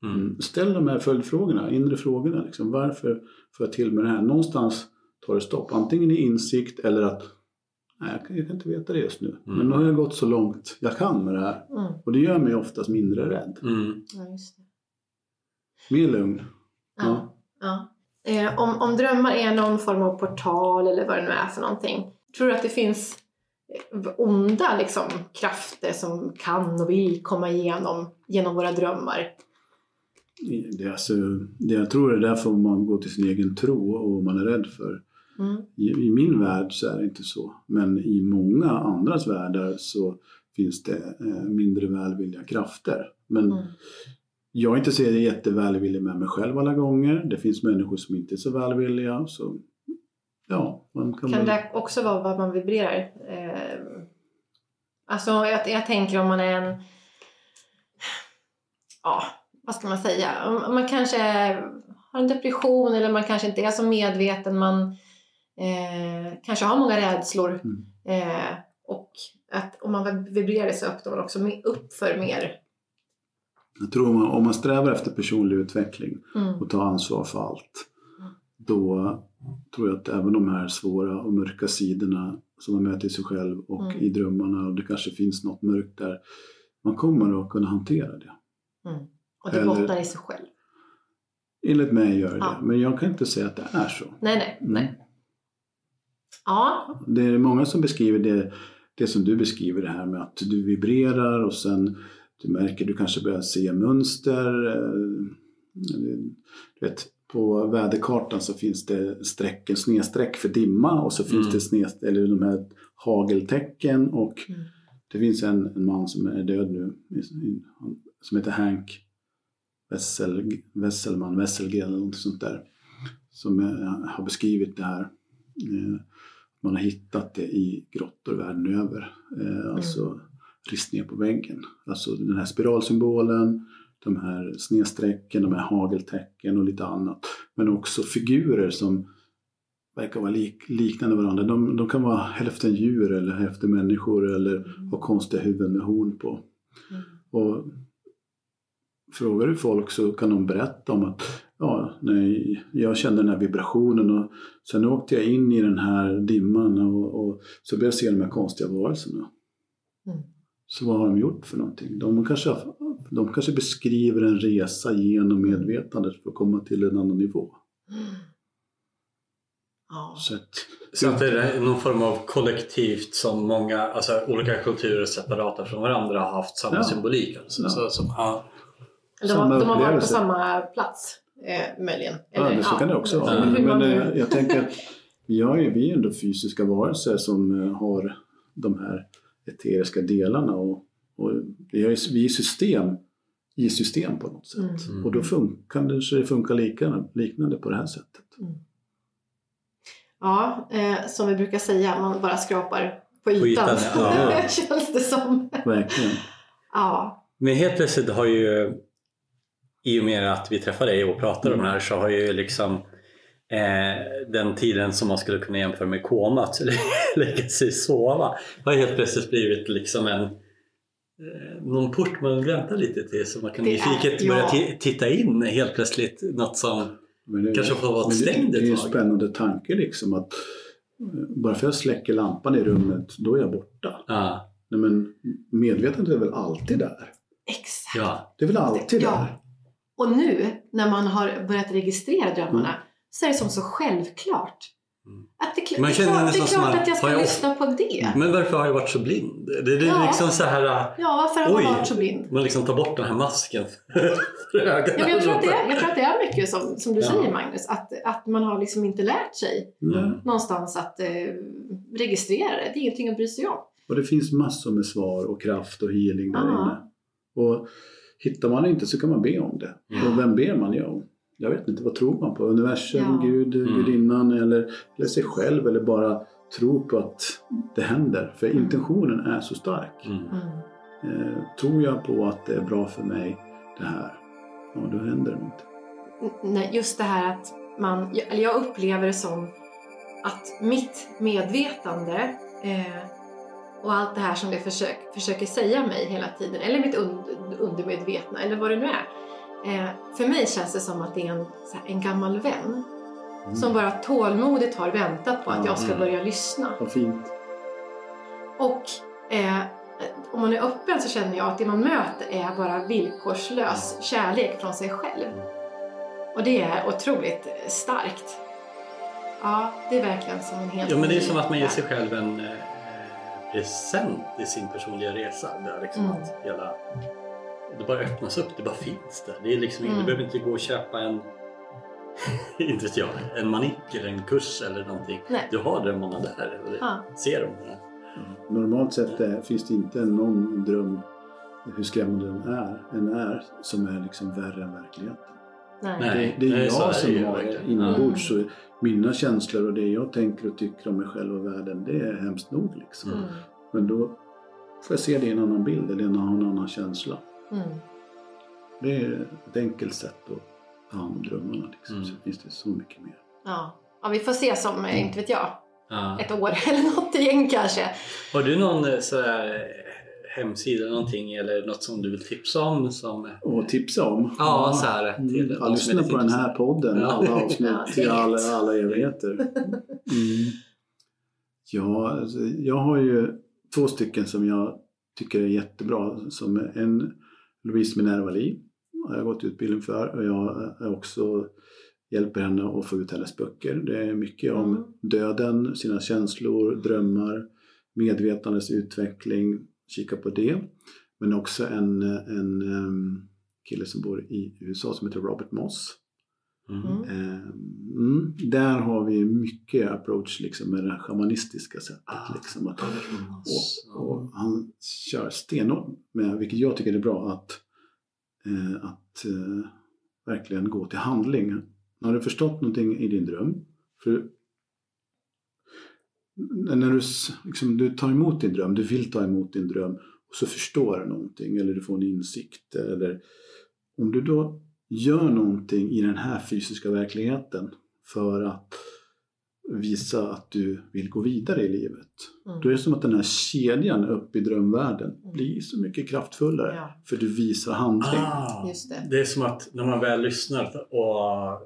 Mm. Ställ de här följdfrågorna, inre frågorna. Liksom. Varför får jag till med det här? Någonstans tar det stopp. Antingen i insikt eller att nej, jag, kan, jag kan inte veta det just nu. Mm. Men nu har jag gått så långt jag kan med det här. Mm. Och det gör mig oftast mindre rädd. Mm. Ja, just det. Mer lugn. Ja. Ja. Ja. Eh, om, om drömmar är någon form av portal eller vad det nu är för någonting. Tror du att det finns onda liksom, krafter som kan och vill komma igenom genom våra drömmar? Det är alltså, det jag tror är därför man går till sin egen tro och man är rädd för. Mm. I, I min värld så är det inte så. Men i många andras världar så finns det eh, mindre välvilliga krafter. Men mm. jag är inte så jättevälvillig med mig själv alla gånger. Det finns människor som inte är så välvilliga. Så, ja, man kan kan väl... det också vara vad man vibrerar? Eh, alltså jag, jag tänker om man är en... Ja, vad ska man säga? Om man kanske har en depression eller man kanske inte är så medveten. Man eh, kanske har många rädslor. Mm. Eh, och att om man vibrerar så öppnar man också upp för mer. Jag tror om man, om man strävar efter personlig utveckling mm. och tar ansvar för allt. Mm. Då tror jag att även de här svåra och mörka sidorna som man möter i sig själv och mm. i drömmarna. Och det kanske finns något mörkt där. Man kommer att kunna hantera det. Mm. Och det bottnar i sig själv. Enligt mig gör det. Ja. Men jag kan inte säga att det är så. Nej, nej, mm. nej. Ja. Det är många som beskriver det, det som du beskriver det här med att du vibrerar och sen du märker du kanske börjar se mönster. Du vet, på väderkartan så finns det streck, en snedsträck för dimma och så finns mm. det sned, eller de här hageltecken och mm. det finns en, en man som är död nu som heter Hank Wessel, Wesselman, Wesselgren eller något sånt där som är, har beskrivit det här. Man har hittat det i grottor världen över. Mm. Alltså ristningar på väggen. Alltså den här spiralsymbolen, de här snedsträcken, de här hageltecken och lite annat. Men också figurer som verkar vara lik, liknande varandra. De, de kan vara hälften djur eller hälften människor eller mm. ha konstiga huvuden med horn på. Mm. Och frågar du folk så kan de berätta om att ja, nej, jag kände den här vibrationen och sen åkte jag in i den här dimman och, och så började jag se de här konstiga varelserna. Mm. Så vad har de gjort för någonting? De kanske, de kanske beskriver en resa genom medvetandet för att komma till en annan nivå. Mm. Ja. Så, att, så att det är någon form av kollektivt som många, alltså olika kulturer separata från varandra har haft samma ja. symbolik. Alltså, ja. så, som, ja. De, har, de har varit på samma plats, eh, möjligen. Eller, ja, det så kan det också vara. Men, men eh, jag tänker att vi, har ju, vi är ändå fysiska varelser som eh, har de här eteriska delarna. Och, och vi, är, vi är system i system på något sätt. Mm. Och då funkar det, det funkar liknande, liknande på det här sättet. Mm. Ja, eh, som vi brukar säga, man bara skrapar på ytan. På ytan ja. Känns det som. Verkligen. Ja. Men helt plötsligt har ju, i och med att vi träffar dig och pratar mm. om det här, så har ju liksom eh, den tiden som man skulle kunna jämföra med koma att lägga sig sova har helt plötsligt blivit liksom en eh, någon port man väntar lite till, så man kan nyfiket ja. börja t- titta in helt plötsligt något som men det, kanske får vara stängd. Det är ju en spännande tanke liksom att bara för att jag släcker lampan i rummet då är jag borta. Ah. Nej, men medvetandet är väl alltid där. Exakt. Ja. Det är väl alltid ja. där. Och nu när man har börjat registrera drömmarna mm. så är det som så självklart. Mm. Att det, man det, är klart, det är klart man, att jag ska jag, lyssna på det. Men varför har jag varit så blind? Det, det är ja. liksom så här. Ja, varför har oj, man varit så blind? Man liksom tar bort den här masken. ja, men jag, tror att det är, jag tror att det är mycket som, som du ja. säger, Magnus. Att, att man har liksom inte lärt sig mm. någonstans att eh, registrera det. Det är ingenting att bry sig om. Och det finns massor med svar och kraft och healing där inne. Och hittar man inte så kan man be om det. Mm. Och vem ber man ju om? Jag vet inte, vad tror man på? Universum, ja. Gud, mm. gudinnan eller, eller sig själv, eller bara tro på att det händer. För mm. intentionen är så stark. Mm. Eh, tror jag på att det är bra för mig det här, ja då händer det inte. Nej, just det här att man, eller jag upplever det som att mitt medvetande eh, och allt det här som det försök, försöker säga mig hela tiden, eller mitt und, undermedvetna, eller vad det nu är, Eh, för mig känns det som att det är en, så här, en gammal vän. Mm. Som bara tålmodigt har väntat på att jag ska börja lyssna. Vad fint. Och eh, om man är öppen så känner jag att det man möter är bara villkorslös kärlek från sig själv. Och det är otroligt starkt. Ja, det är verkligen som en helt... Ja, men det är som att man ger sig själv en eh, present i sin personliga resa. Där liksom Mm. att hela... Det bara öppnas upp, det bara finns där. Det är liksom, Mm. du behöver inte gå och köpa en... inte vet jag, en manik eller en kurs eller någonting. Nej. Du har drömmarna där. Och det, Ja. ser dem där. Normalt sett är, finns det inte någon dröm, hur skrämmande den är, en är, som är liksom värre än verkligheten. Nej. Nej. Det, det är Nej, så är jag det som ju har verkligen. inombords. Så mina känslor och det jag tänker och tycker om mig själv och världen, det är hemskt nog liksom. Mm. Men då får jag se det i en annan bild eller en annan, annan känsla. Mm. Det är ett enkelt sätt att ta hand om drömmarna liksom. Mm. Så finns det så mycket mer. Ja. Ja, vi får se som, eh, inte vet jag, Ja. ett år eller något igen kanske. Har du någon eh, sådär, eh, hemsida eller någonting eller något som du vill tipsa om? Som... Och tipsa om. Ja, så här. Till Mm. de Ja, som är lyssna lite på den här podden. Ja. Alla avsnitt Ja, till alla, helt. alla evigheter. Mm. Ja, alltså, jag har ju två stycken som jag tycker är jättebra. Som en Louise Minerva Lee har jag gått utbildning för. Och jag är också hjälper henne att få ut hennes böcker. Det är mycket om Mm. döden, sina känslor, drömmar, medvetandets utveckling. Kika på det. Men också en, en um, kille som bor i U S A som heter Robert Moss. Mm. Mm. Mm, där har vi mycket approach liksom, med det här shamanistiska sättet. Ah, liksom, att, och, och, och han kör stenhårt med, vilket jag tycker är bra, att, eh, att eh, verkligen gå till handling. Har du förstått någonting i din dröm? För när du, liksom, du tar emot din dröm, du vill ta emot din dröm och så förstår du någonting eller du får en insikt. Eller om du då gör någonting i den här fysiska verkligheten för att visa att du vill gå vidare i livet. Mm. Då är det som att den här kedjan upp i drömvärlden blir så mycket kraftfullare. Ja. För du visar handling. Ah, Just det. det är som att när man väl lyssnar och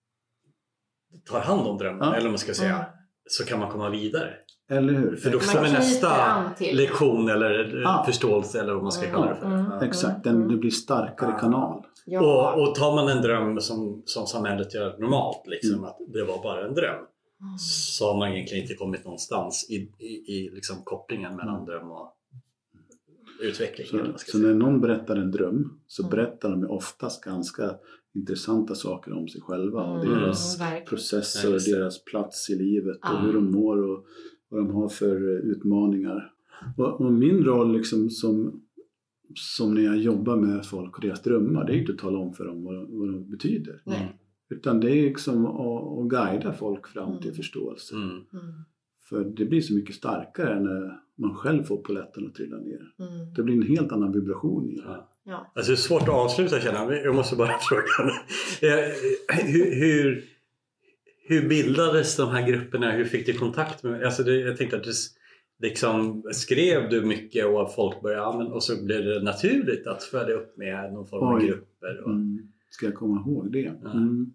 tar hand om drömmen, Ja. eller man ska säga, Mm. så kan man komma vidare. Eller hur? För då Man kommer knyter nästa an till. lektion eller Ja. förståelse eller vad man ska Mm. kalla det för. Mm. Ja. Exakt, den, det blir starkare kanal. Ja. Och, och tar man en dröm som, som samhället gör normalt, liksom, Mm. att det var bara en dröm, Mm. så har man egentligen inte kommit någonstans i, i, i liksom kopplingen mellan Mm. dröm och utveckling. eller Så, vad man ska så säga. när någon berättar en dröm så Mm. berättar de ju oftast ganska intressanta saker om sig själva och Mm, deras verkligen. processer Ja, och just det. deras plats i livet och Ah. hur de mår och vad de har för eh, utmaningar. Och, och min roll liksom som, som när jag jobbar med folk och deras drömmar, det är ju inte att tala om för dem vad, vad de betyder. Nej. Utan det är liksom att, att guida folk fram till Mm. förståelse. Mm. Mm. För det blir så mycket starkare när man själv får polletten att trilla ner. Mm. Det blir en helt annan vibration i det. Ja. Ja. Alltså det är svårt att avsluta, känner jag. Jag måste bara fråga. Eh, hur, hur, hur bildades de här grupperna? Hur fick du kontakt med... Alltså det, jag tänkte att du liksom skrev du mycket och folk började använda, och så blev det naturligt att följa upp med någon form av Oj. grupper. Och, Mm. Ska jag komma ihåg det? Ja. Mm.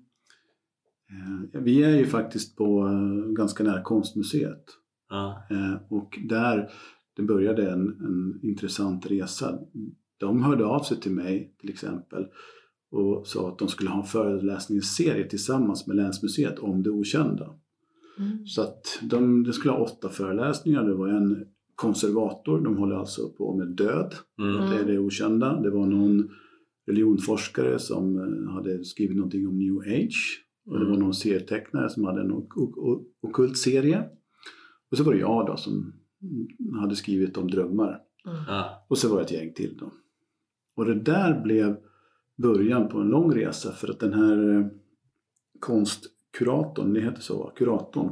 Eh, Vi är ju faktiskt på eh, ganska nära Konstmuseet. ja. Eh, Och där det började en, en intressant resa. De hörde av sig till mig till exempel och sa att de skulle ha en föreläsningsserie tillsammans med Länsmuseet om det okända. Mm. Så att de, det skulle ha åtta föreläsningar. Det var en konservator, de håller alltså på med död. Mm. Det är det okända. Det var någon religionforskare som eh, hade skrivit någonting om New Age. Och det var någon serietecknare som hade en ok- ok- ockult serie. Och så var det jag då som hade skrivit om drömmar. Mm. Ja. Och så var det ett gäng till då. Och det där blev början på en lång resa. För att den här eh, konstkuratorn, det heter så va? Kuratorn.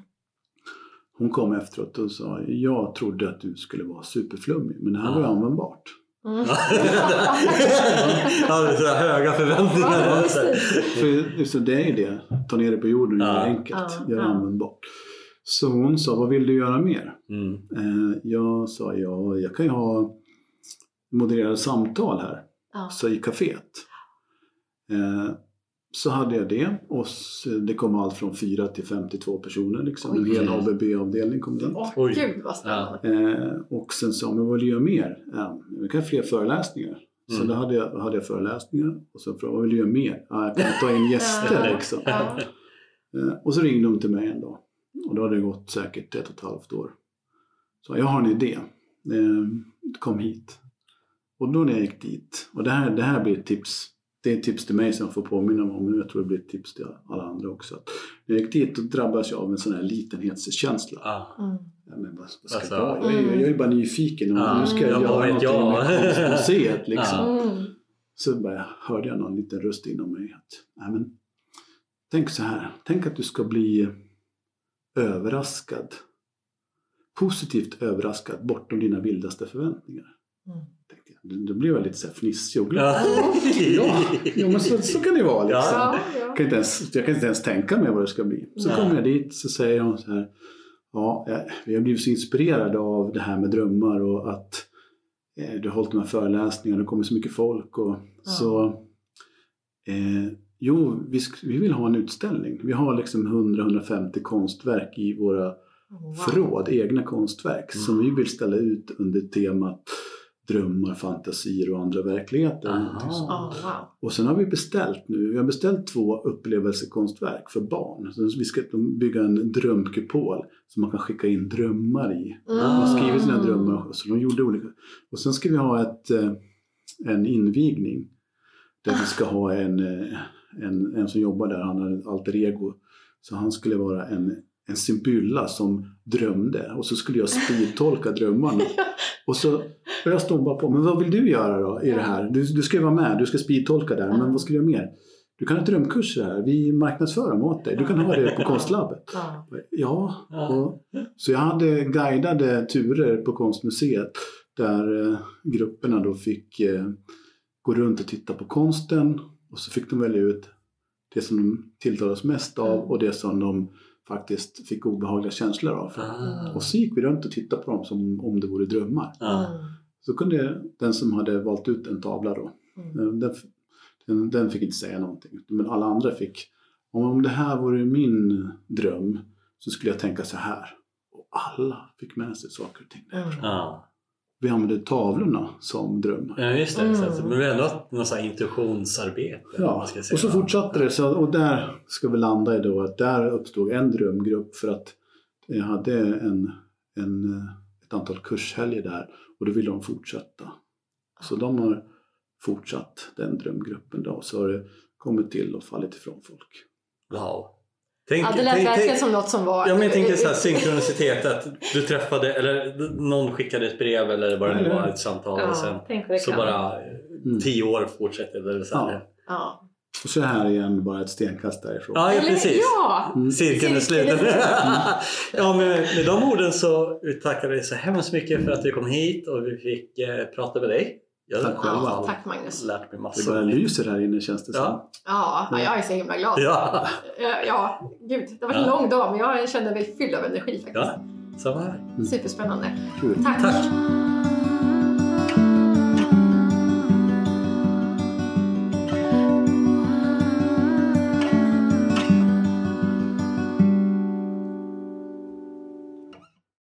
Hon kom efteråt och sa, jag trodde att du skulle vara superflummig. Men det här var ju Ja. användbart. Mm. Ja, det är så här höga förväntningar. Ja, För så det är det. Ta ner det på jorden och Ja. göra enkelt. Ja, Göra ja. användbart. Så hon sa, vad vill du göra mer? Mm. Eh, jag sa, ja, jag kan ju ha modererade samtal här. Ja. Så i kaféet. Eh, så hade jag det. Och det kom allt från fyra till femtiotvå personer. Liksom. En hel A B B-avdelning kom dit. Åh, oh, gud vad spännande. Eh, och sen sa man, vad vill du göra mer? Ja, jag kan ha fler föreläsningar. Så mm. då hade jag, hade jag föreläsningar. Och så frågade jag, vad vill du göra mer? Ja, jag kan ta in gäster också. Ja. Eh, och så ringde de till mig en dag. Och då hade det gått säkert ett och ett halvt år. Så jag har en idé. Eh, kom hit. Och då när jag gick dit. Och det här, det här blir ett tips. Det är ett tips till mig som jag får påminna om. Men jag tror det blir ett tips till alla andra också. Att när jag gick dit då drabbas jag av en sån här litenhetskänsla. Ah. Mm. Ja, men vad, vad ska alltså, jag, jag, jag, jag är bara nyfiken. Och ah. Nu ska jag, jag göra någonting jag. med konstmuseet. Liksom. Ah. Så bara hörde jag någon liten röst inom mig. Att, nej, men, tänk så här. Tänk att du ska bli överraskad. Positivt överraskad bortom dina vildaste förväntningar. Mm. Det blir väldigt så här fnissig och glad. Ja, ja men så, så kan det vara. Liksom. Ja, ja. Jag, kan inte ens, jag kan inte ens tänka mig vad det ska bli. Så kommer jag dit så säger hon så här. Ja, vi har blivit så inspirerade av det här med drömmar och att eh, du har hållit de här föreläsningarna. Det kommer så mycket folk. Och, ja. Så eh, jo, vi, vi vill ha en utställning. Vi har liksom hundra till hundrafemtio konstverk i våra wow. förråd. Egna konstverk mm. som vi vill ställa ut under temat drömmar, fantasier och andra verkligheter. Oh, wow. Och sen har vi beställt nu, vi har beställt två upplevelsekonstverk för barn. Så vi ska bygga en drömkupol som man kan skicka in drömmar i. Mm. Man har skrivit sina drömmar så de gjorde olika. Och sen ska vi ha ett, en invigning där vi ska ha en, en, en som jobbar där, han har ett alter ego. Så han skulle vara en en Sibylla som drömde. Och så skulle jag speedtolka drömmarna. Och så började jag stå på. Men vad vill du göra då i det här? Du, du ska ju vara med. Du ska speedtolka där. Men vad ska du göra mer? Du kan ha drömkurser här. Vi marknadsför dem åt dig. Du kan ha det på konstlabbet. Ja. Och, så jag hade guidade turer på konstmuseet. Där eh, grupperna då fick eh, gå runt och titta på konsten. Och så fick de välja ut det som de tilltalades mest av. Och det som de faktiskt fick obehagliga känslor av. Mm. Och så gick vi runt och tittade på dem som om det vore drömmar. Mm. Så kunde den som hade valt ut en tavla då. Mm. Den, den, den fick inte säga någonting. Men alla andra fick. Om det här vore min dröm så skulle jag tänka så här. Och alla fick med sig saker och ting. Mm. Ja. Vi använde tavlorna som drömmar. Ja just det. Mm. Men det är ändå något sån här intuitionsarbete. Ja, man ska säga. Och så fortsatte det. Så, och där ska vi landa i då att där uppstod en drömgrupp. För att jag hade en, en, ett antal kurshelger där. Och då ville de fortsätta. Så de har fortsatt den drömgruppen då. Så har det kommit till och fallit ifrån folk. Wow. Tänk, ja, det lät tänk, verkligen tänk, som något som var... Ja, men jag tänker så här, synkronicitet att du träffade, eller någon skickade ett brev eller bara det var ett samtal ja, och sen så bara mm. tio år fortsätter eller så här. Ja. Ja. Och så här igen bara ett stenkast därifrån. Ja, ja precis. Ja. Mm. Cirkeln är sluten. Mm. Ja, med, med de orden så tackar vi så hemskt mycket för att du kom hit och vi fick eh, prata med dig. Jag tack själva. Ja, tack Magnus. Lärt mig massor. Det bara lyser här inne känns det som. Ja, ja, ja jag är så himla glad. Ja, ja gud. Det var en ja. lång dag men jag kände mig fylld av energi faktiskt. Ja, samma här. Mm. Superspännande. Kul. Tack. Tack.